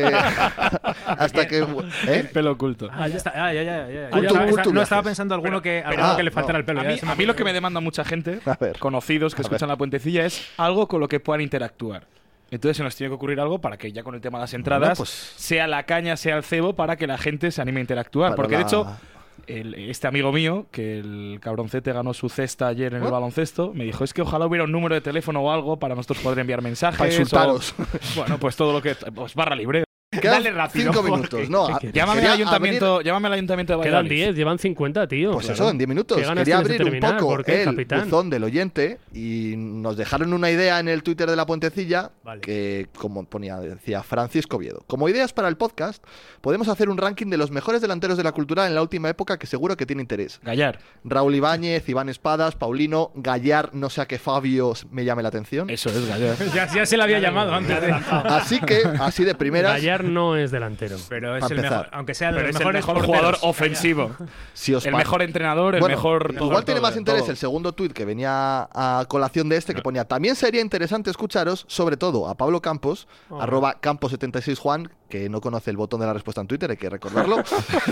hasta que... ¿eh? Pelo oculto. Ah, ya está. Ah, ya, ya, ya, ya. Cultu- Ya estaba- cultu no estaba viajes. pensando alguno que, pero- alguno que le ah, faltara no. el pelo. A ya mí, se me a mí lo ocurrió. que me demanda mucha gente, A ver. conocidos que A escuchan ver. la Puentecilla, es algo con lo que puedan interactuar. Entonces se nos tiene que ocurrir algo para que ya con el tema de las entradas, Bueno, pues- sea la caña, sea el cebo, para que la gente se anime a interactuar. Para Porque de la- hecho, el- este amigo mío, que el cabroncete ganó su cesta ayer en el ¿Eh? baloncesto, me dijo, es que ojalá hubiera un número de teléfono o algo para nosotros poder enviar mensajes. Para insultaros. o- bueno, pues todo lo que... Pues barra libre. Quedan Dale rápido, cinco Jorge. minutos. No, ¿Qué a- quieres? Llámame al, quería ayuntamiento, abrir- llámame al ayuntamiento de Quedan Valladolid. diez, llevan cincuenta, tío. Pues Claro. eso, en diez minutos. ¿Qué ganas Quería tienes de abrir un terminar? poco ¿Por qué, el capitán? buzón del oyente y nos dejaron una idea en el Twitter de la Puentecilla Vale. que, como ponía, decía Francisco Oviedo. Como ideas para el podcast, podemos hacer un ranking de los mejores delanteros de la cultura en la última época que seguro que tiene interés. Gallar. Raúl Ibáñez, Iván Espadas, Paulino, Gallar, no sé a qué Fabio me llame la atención. Eso es, Gallar. Ya, ya se le había llamado antes. de- Así que, así de primeras, Gallar no es delantero. Pero es Para el mejor, empezar. aunque sea de Pero los es el mejores mejor porteros. jugador ofensivo. si os El pa- mejor entrenador, el Bueno, mejor... igual tiene todo, más interés todo. el segundo tuit que venía a colación de este, que ponía: también sería interesante escucharos, sobre todo a Pablo Campos, Oh. arroba Campos setenta y seis Juan, que no conoce el botón de la respuesta en Twitter, hay que recordarlo.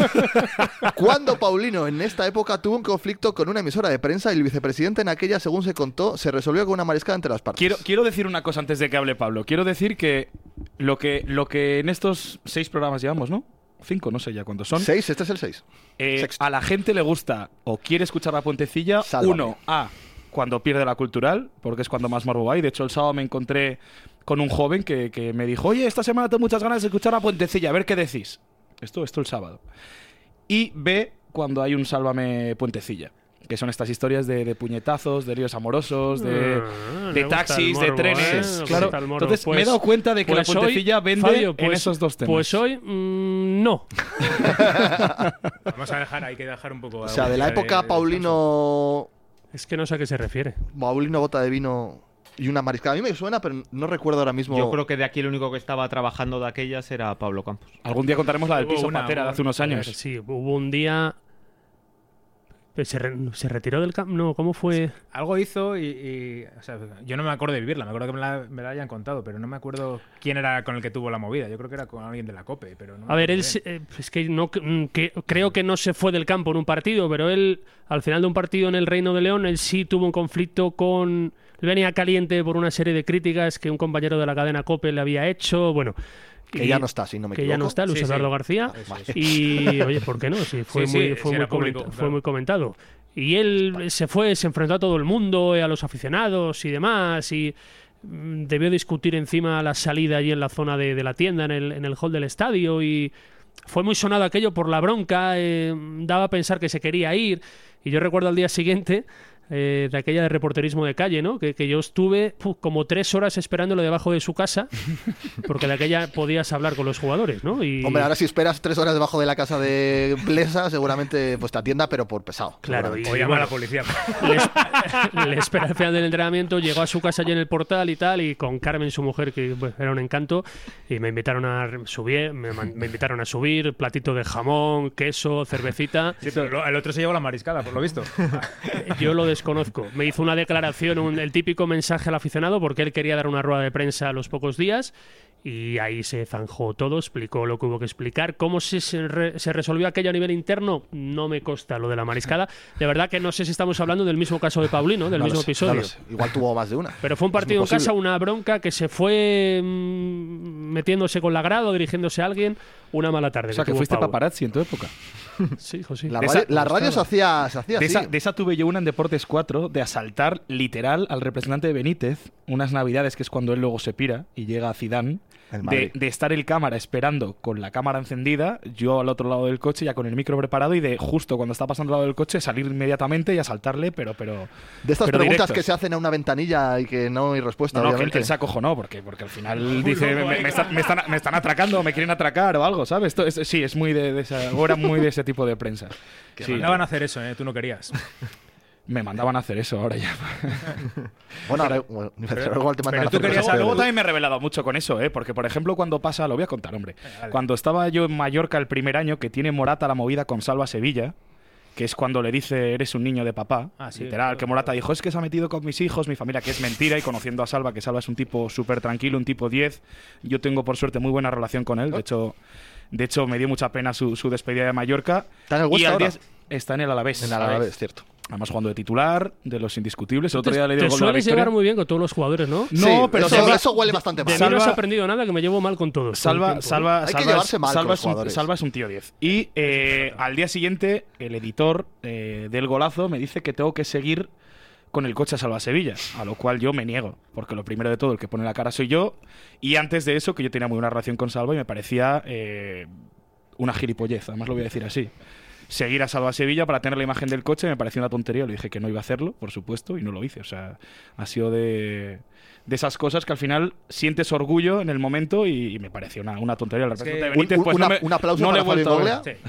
Cuando Paulino en esta época tuvo un conflicto con una emisora de prensa y el vicepresidente en aquella, según se contó, se resolvió con una mariscada entre las partes. Quiero, quiero decir una cosa antes de que hable Pablo. Quiero decir que lo que, lo que en estos seis programas llevamos, ¿no? Cinco, no sé ya cuántos son. Seis, este es el seis. Eh, Sexto. a la gente le gusta o quiere escuchar la Puentecilla. Sálvame. Uno, a cuando pierde la cultural, porque es cuando más morbo hay. De hecho, el sábado me encontré con un joven que, que me dijo: oye, esta semana tengo muchas ganas de escuchar la Puentecilla, a ver qué decís. Esto, esto el sábado. Y B, cuando hay un Sálvame Puentecilla, que son estas historias de, de puñetazos, de líos amorosos, de, Ah, de le gusta taxis, el morbo, de trenes. ¿eh? Le Claro. gusta el morbo. Entonces me he Pues- dado cuenta de que pues la Puentecilla hoy, vende Fabio, en pues- esos dos temas. Pues hoy, mm, no. Vamos a dejar, hay que dejar un poco. O sea, de la época Paulino Es que no sé a qué se refiere. Paulino bota de vino y una mariscada. A mí me suena, pero no recuerdo ahora mismo. Yo creo que de aquí el único que estaba trabajando de aquellas era Pablo Campos. Algún día contaremos la del Hubo piso una, patera de hubo- hace unos A ver, años. sí, hubo un día. Pues Se, re- se retiró del campo. No, ¿cómo fue? Algo hizo y, y- o sea, yo no me acuerdo de vivirla, me acuerdo que me la, me la hayan contado, pero no me acuerdo quién era con el que tuvo la movida. Yo creo que era con alguien de la COPE, pero no me A ver, él acuerdo se- eh, es que no mm, que, creo que no se fue del campo en un partido, pero él al final de un partido en el Reino de León, él sí tuvo un conflicto con. Él venía caliente por una serie de críticas que un compañero de la cadena COPE le había hecho. Bueno. Que y- ya no está, si no me que equivoco. ya no está, Luis Sí, sí. Eduardo García. Eso es. Y oye, ¿por qué no? Sí, fue Sí, muy, sí, fue sí, muy, era público, comenta- fue claro. muy comentado. Y él se fue, se enfrentó a todo el mundo, eh, a los aficionados y demás, y mm, debió discutir encima la salida allí en la zona de, de la tienda, en el, en el hall del estadio, y fue muy sonado aquello por la bronca, eh, daba a pensar que se quería ir, y yo recuerdo al día siguiente eh, de aquella de reporterismo de calle, ¿no? Que, que yo estuve uf, como tres horas esperándolo debajo de su casa, porque de aquella podías hablar con los jugadores, ¿no? Y... Hombre, ahora si esperas tres horas debajo de la casa de Blesa, seguramente pues te atienda, pero por pesado. Claro, y, O llama bueno, a la policía. le, le espera al final del entrenamiento, llegó a su casa allí en el portal y tal, y con Carmen, su mujer, que bueno, era un encanto, y me invitaron a subir, me, me invitaron a subir, platito de jamón, queso, cervecita. Sí, pero lo- el otro se llevó la mariscada, por lo visto. Yo lo desconozco. Me hizo una declaración, un- el típico mensaje al aficionado, porque él quería dar una rueda de prensa a los pocos días. Y ahí se zanjó todo, explicó lo que hubo que explicar. ¿Cómo se, se, re- se resolvió aquello a nivel interno? No me consta lo de la mariscada. De verdad que no sé si estamos hablando del mismo caso de Paulino, del No lo mismo sé, episodio. no lo sé. Igual tuvo más de una. Pero fue un Es muy partido en posible. casa, una bronca que se fue mm, metiéndose con la grada o dirigiéndose a alguien. Una mala tarde. O sea, que tuvo fuiste Pau. paparazzi en tu época. Sí, José. La De radio, esa- la radio se hacía, se hacía De así. esa, de esa tuve yo una en Deportes cuatro, de asaltar literal al representante de Benítez, unas navidades, que es cuando él luego se pira y llega a Zidane, El de, Madrid. de estar el cámara esperando con la cámara encendida, yo al otro lado del coche ya con el micro preparado, y de justo cuando está pasando al lado del coche salir inmediatamente y asaltarle, pero... pero De estas pero preguntas directos. que se hacen a una ventanilla y que no hay respuesta, No, no, que él, obviamente. él se acojonó, porque, porque al final dice, me, me- me está- me están, me están atracando, me quieren atracar o algo, ¿sabes? Esto es, sí, es muy de, de esa, o era muy de ese tipo de prensa. Te Sí, mandaban a hacer eso, ¿eh? Tú no querías. me mandaban a hacer eso ahora ya. Bueno, ahora, bueno, pero igual te mandan a tú hacer querías cosas Luego peores. también me he revelado mucho con eso, ¿eh? Porque, por ejemplo, cuando pasa, lo voy a contar, hombre. vale. Cuando estaba yo en Mallorca el primer año, que tiene Morata la movida con Salva Sevilla, que es cuando le dice, eres un niño de papá, Ah, sí, literal, claro, que Morata claro. dijo, es que se ha metido con mis hijos, mi familia, que es mentira, y conociendo a Salva, que Salva es un tipo súper tranquilo, un tipo diez, yo tengo, por suerte, muy buena relación con él, de hecho... De hecho, me dio mucha pena su, su despedida de Mallorca. ¿Está en el y Huesca al ahora? día- Está en el Alavés. En el Alavés, cierto. Además, jugando de titular, de los indiscutibles. El otro día le dio Te el gol de la sueles victoria. llevar muy bien con todos los jugadores, ¿no? No, Sí, pero eso, Salva- eso huele bastante De mal. mí no has Salva- aprendido nada, que me llevo mal con todos. todo el Salva, tiempo, ¿eh? Salva, Hay que Salva, llevarse es- mal con Salva los es un, jugadores. Salva es un tío diez. Y eh, al día siguiente, el editor eh, del golazo me dice que tengo que seguir con el coche a Salva Sevilla, a lo cual yo me niego, porque lo primero de todo, el que pone la cara soy yo, y antes de eso, que yo tenía muy buena relación con Salva y me parecía eh, una gilipollez, además lo voy a decir así. Seguir a Salva Sevilla para tener la imagen del coche me pareció una tontería, le dije que no iba a hacerlo, por supuesto, y no lo hice, o sea, ha sido de... de esas cosas que al final sientes orgullo en el momento y, y me pareció una, una tontería. El Es que representante de un- Benítez, pues una- no me- un aplauso no le he para Javi vuelto a ver. Goglia.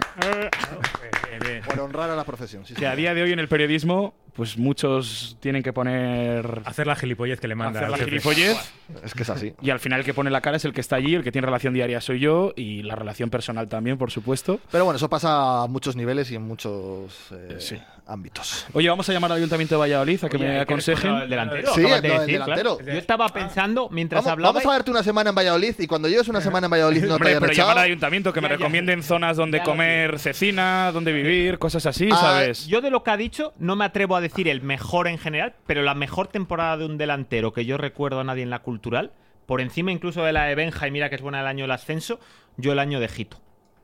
Sí. Bien, bien. Por honrar a la profesión. Sí, Que sí. a día de hoy en el periodismo, pues muchos tienen que poner... Hacer la gilipollez que le manda. hacer la al jefe. gilipollez. Es que es así. Y al final el que pone la cara es el que está allí, el que tiene relación diaria soy yo y la relación personal también, por supuesto. Pero bueno, eso pasa a muchos niveles y en muchos eh, Sí. ámbitos. Oye, vamos a llamar al Ayuntamiento de Valladolid a que Oye, me hay que responder aconsejen. al delantero. Sí, acabas de el decir, delantero. claro. Yo estaba pensando mientras Vamos, hablaba. vamos a verte una semana en Valladolid y cuando lleves una semana en Valladolid no te Hombre, hayan pero echado. llamar al Ayuntamiento que me Ya, ya. recomienden zonas donde Ya lo comer cecina, donde vivir, cosas así, Ah, ¿sabes? Yo de lo que ha dicho no me atrevo a decir el mejor en general, pero la mejor temporada de un delantero que yo recuerdo a nadie en la cultural, por encima incluso de la de Benja, y mira que es buena el año del ascenso, yo el año de Jito.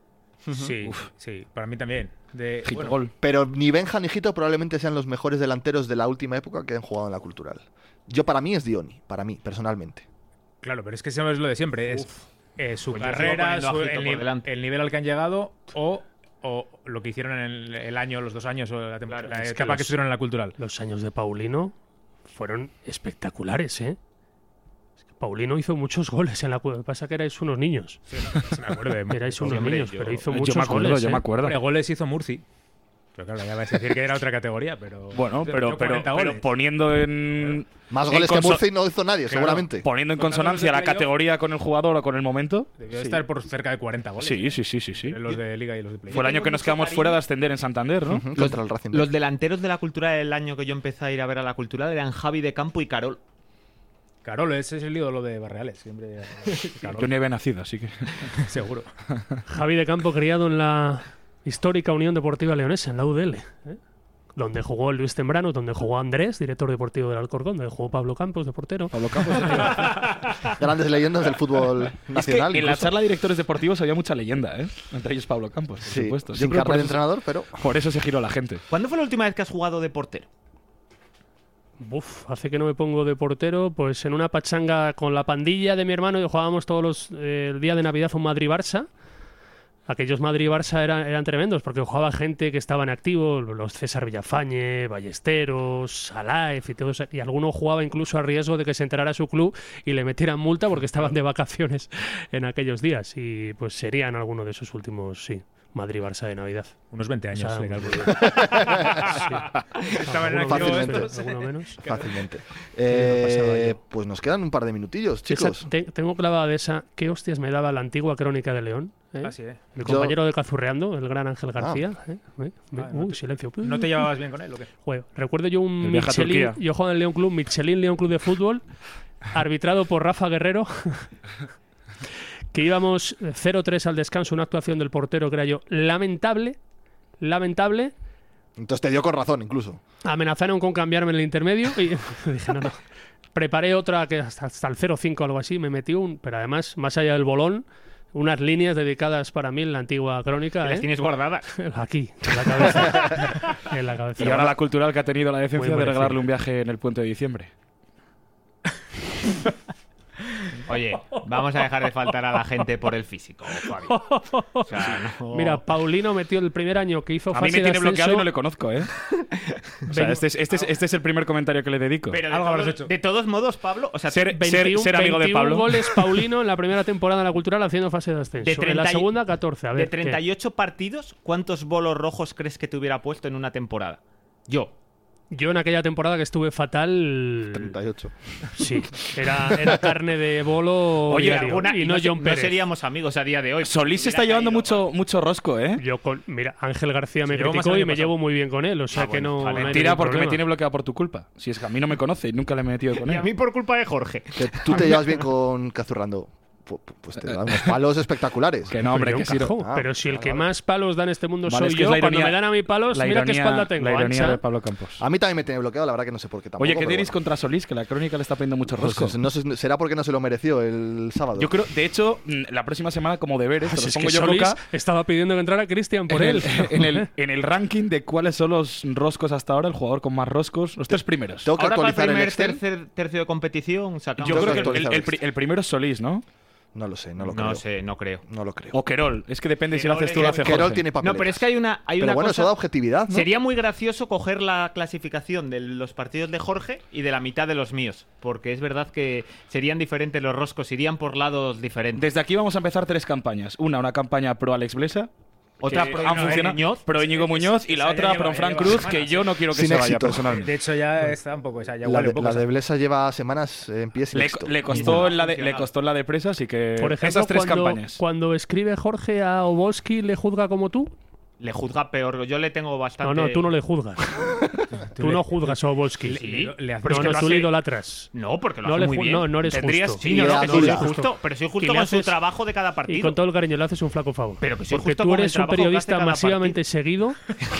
Sí, sí, para mí también. De, Hit bueno, gol. Pero ni Benja ni Jito probablemente sean los mejores delanteros de la última época que han jugado en la cultural. Yo para mí es Dioni, para mí, personalmente. Claro, pero es que eso es lo de siempre. Es eh, su Pues yo sigo carrera, poniendo a su- Jito el, por ni- delante. el nivel al que han llegado o, o lo que hicieron en el, el año, los dos años o la, tem- Claro, la es que etapa que, los- estuvieron en la cultural. Los años de Paulino fueron espectaculares, ¿eh? Es que Paulino hizo muchos goles en la... Lo que pasa es que erais unos niños. Sí, no, se me acuerdo de Erais unos hombre, niños, yo- pero hizo Yo muchos me acuerdo, goles, yo ¿eh? me acuerdo. Hombre, goles hizo Murci. Pero claro, ya vais a decir que era otra categoría, pero. Bueno, pero, Metió pero, cuarenta pero goles. poniendo en... Más en goles que conso- Murcia no hizo nadie, Claro. seguramente. Poniendo en Contando consonancia los de la playoff. categoría con el jugador o con el momento. Debió Sí. estar por cerca de cuarenta goles. Sí, sí, sí, sí, sí. Los de Liga y los de Play. Fue el año que nos quedamos fuera de ascender en Santander, ¿no? Ujú, contra el Racing. Los delanteros de la cultura del año que yo empecé a ir a ver a la cultura eran Javi de Campo y Carol. Carol, ese es el ídolo de Barreales. Siempre. Carol, Yo ni había nacido, así que... seguro. Javi de Campo, criado en la histórica Unión Deportiva Leonesa, en la U D L, ¿eh? Donde jugó Luis Tembrano, donde jugó Andrés, director deportivo del Alcorcón, donde jugó Pablo Campos, de portero. Pablo Campos. Grandes leyendas del fútbol Es que nacional. en la incluso. charla de directores deportivos había mucha leyenda, ¿eh? Entre ellos Pablo Campos, por Sí, supuesto. Yo sin creo que carrera de por eso- entrenador, pero Por eso se giró la gente. ¿Cuándo fue la última vez que has jugado de portero? Uf, hace que no me pongo de portero, pues en una pachanga con la pandilla de mi hermano y jugábamos todos los eh, el día de Navidad un Madrid-Barça. aquellos Madrid y Barça eran, eran tremendos porque jugaba gente que estaba en activo, los César Villafañe, Ballesteros, Alaef y todo eso, y alguno jugaba incluso a riesgo de que se enterara su club y le metieran multa porque estaban de vacaciones en aquellos días, y pues serían alguno de esos últimos, sí, Madrid-Barça de Navidad. Unos veinte años, O sea, le calculo. Sí. Estaban en Alguno activo fácilmente. estos. Alguno menos. Fácilmente. no pasaba Eh, yo. pues nos quedan un par de minutillos, Esa- chicos. te- tengo clavada de esa. ¿Qué hostias me daba la antigua Crónica de León? ¿eh? Ah, sí, eh. Mi Yo- compañero de Cazurreando, el gran Ángel García. ¿eh? ¿eh? Ah, no Uy, te- silencio. ¿No te llevabas bien con él o qué? Joder, recuerdo yo un El viaje a Michelin. Turquía. Yo jugaba en el León Club, Michelin León Club de Fútbol, arbitrado por Rafa Guerrero. Que íbamos cero tres al descanso, una actuación del portero que era yo lamentable, lamentable. Entonces te dio con razón, incluso. Amenazaron con cambiarme en el intermedio y dije, no, no. Preparé otra que hasta, hasta el cero cinco o algo así, me metí un, pero además, más allá del bolón, unas líneas dedicadas para mí en la antigua Crónica. Que las ¿eh? tienes guardadas. Aquí, en la cabeza. En la cabeza. Y ahora la cultural que ha tenido la decencia Muy de merecido. regalarle un viaje en el puente de diciembre. Oye, vamos a dejar de faltar a la gente por el físico, Fabio. O sea, no- Mira, Paulino metió el primer año que hizo A fase mí me de tiene bloqueado y ascenso, no le conozco, ¿eh? O sea, este es, este, es, este es el primer comentario que le dedico. Pero de, Algo habrás todos, hecho. de todos modos, Pablo, o sea, Ser, ser, veintiuno, ser amigo de veintiuno Pablo. goles Paulino en la primera temporada en la Cultural haciendo fase de ascenso. De en la treinta y- segunda, catorce. A ver, de treinta y ocho partidos, ¿cuántos bolos rojos crees que te hubiera puesto en una temporada? Yo. ¿qué? Yo en aquella temporada que estuve fatal. treinta y ocho. Sí, era, era carne de bolo Oye, diario, alguna- y no se- John Pérez. seríamos amigos a día de hoy. Solís se Hubiera está llevando caído, mucho, mucho rosco, ¿eh? Yo con, mira, Ángel García me Se llevó más criticó el y año me pasado. llevo muy bien con él, o sea Ah, que bueno, no. vale. no hay Mentira, ningún porque me problema. tiene bloqueado por tu culpa. Si es que a mí no me conoce y nunca le he metido con Y él. a mí por culpa de Jorge. Que tú te llevas bien con Cazurrando. Pu- pu- Pues te da unos palos espectaculares. Que no, hombre, Pero que yo sí. encajo, Ah, pero si el vale, que vale. más palos da en este mundo Vale, soy es que yo, es la cuando ironía- me dan a mí palos, la mira qué ironía- espalda tengo. La ironía ancha. de Pablo Campos. A mí también me tiene bloqueado, la verdad que no sé por qué tampoco. Oye, ¿qué pero tenéis bueno. contra Solís? Que la crónica le está pidiendo mucho Pues rosco. no sé, será porque no se lo mereció el sábado. Yo creo, de hecho, mm, la próxima semana, como deberes, te Pues los es pongo que yo, Solís Coca, estaba pidiendo que entrara Cristian por en él. el, en, el, en el ranking de cuáles son los roscos hasta ahora, el jugador con más roscos, los tres primeros. Tengo que Ahora para el actualizar el primer Excel. tercer, tercio de competición sacamos... Yo Tengo creo que que el, el- actualizar el el pri- el primero es Solís, ¿no? No lo sé, no lo No creo. sé, no creo. No lo creo. O Querol. Es que depende si lo Querol haces tú o lo es- hace Querol Jorge. tiene papeletas. No, pero es que hay una, hay Pero una bueno, cosa... eso da objetividad, ¿no? Sería muy gracioso coger la clasificación de los partidos de Jorge y de la mitad de los míos, porque es verdad que serían diferentes los roscos, irían por lados diferentes. Desde aquí vamos a empezar tres campañas. Una, una campaña pro Alex Blesa. Otra que pro han Íñigo funcionado, Muñoz. pro Íñigo Muñoz y la esa ya otra lleva- pro Fran lleva Cruz, semanas, que yo no quiero que Sin se vaya éxito. personalmente. De hecho, ya está un poco. O sea, ya La huele de, un poco. la esa- de Blesa lleva semanas en pie sin Le, éxito. le Y costó no en la de, le funcionaba. costó en la de presa, así que Por ejemplo, esas tres cuando, campañas. cuando escribe Jorge a Obolski, ¿le juzga como tú? Le juzga peor, yo le tengo bastante... No, no, tú no le juzgas. tú no juzgas a Obolski. Le- le- le haces- pero es no, que no, lo tú hace- le idolatras. No, porque lo No hace le muy ju- bien. no, no eres Tendrías- justo. Sí, Y no, le no, da que soy duda. justo, pero soy Y justo le con su haces- trabajo de cada Y partido. con todo el cariño le haces un flaco favor. Pero que soy Porque justo tú con el eres un trabajo que hace periodista cada masivamente seguido.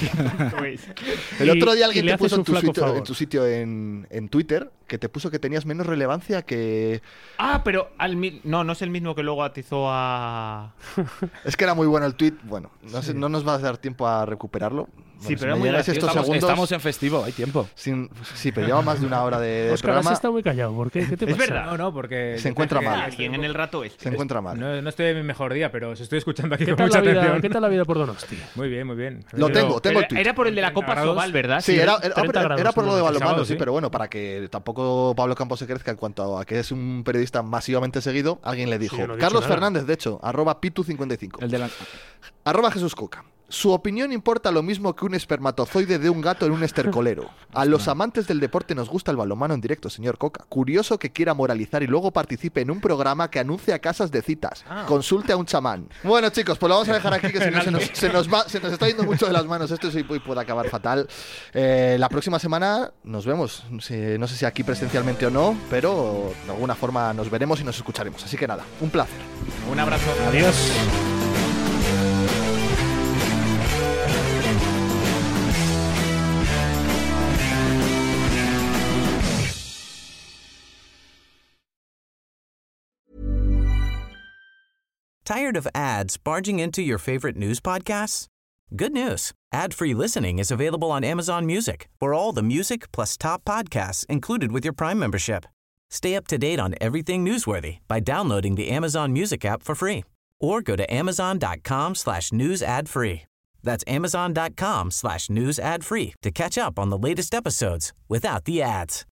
El y- otro día y alguien le te puso haces en un tu, flaco sitio, favor. en tu sitio en, en Twitter que te puso que tenías menos relevancia que... Ah, pero al mi- no, no es el mismo que luego atizó a... Es que era muy bueno el tweet. Bueno, no, sé, no nos va a dar tiempo a recuperarlo. Sí, Bueno, pero si era me muy llegáis gracioso. estos Estamos, segundos... estamos en festivo, hay tiempo. sin- sí, pero lleva más de una hora de Oscar, has programa. estado muy callado. ¿Por qué? ¿Qué te Es pasa? verdad. No, no, porque. Se encuentra mal. Alguien en el rato este. Se encuentra mal. No, no estoy en mi mejor día, pero os estoy escuchando aquí ¿Qué con tal, mucha la vida, atención. ¿Qué tal la vida por Donosti? Muy bien, muy bien. Lo Yo- tengo, tengo el Era, tweet. era por el de la Copa Grados. Sobal, ¿verdad? Sí, era, era, treinta era grados, por lo de el balonmano, sábado, sí, sí. pero bueno, para que tampoco Pablo Campos se crezca en cuanto a que es un periodista masivamente seguido, alguien le dijo, yo no he dicho Carlos nada. Fernández, de hecho, arroba pitu cincuenta y cinco, El de la... arroba Jesús Coca. Su opinión importa lo mismo que un espermatozoide de un gato en un estercolero. A los amantes del deporte nos gusta el balonmano en directo, señor Coca. Curioso que quiera moralizar y luego participe en un programa que anuncia casas de citas. Consulte a un chamán. Bueno, chicos, pues lo vamos a dejar aquí, que si no se nos, se nos va, se nos está yendo mucho de las manos esto y puede acabar fatal. Eh, la próxima semana nos vemos. Si- no sé si aquí presencialmente o no, pero de alguna forma nos veremos y nos escucharemos. Así que nada, un placer. Un abrazo. Adiós. Tired of ads barging into your favorite news podcasts? Good news. Ad-free listening is available on Amazon Music for all the music plus top podcasts included with your Prime membership. Stay up to date on everything newsworthy by downloading the Amazon Music app for free or go to amazon.com slash news ad free. That's amazon.com slash news ad free to catch up on the latest episodes without the ads.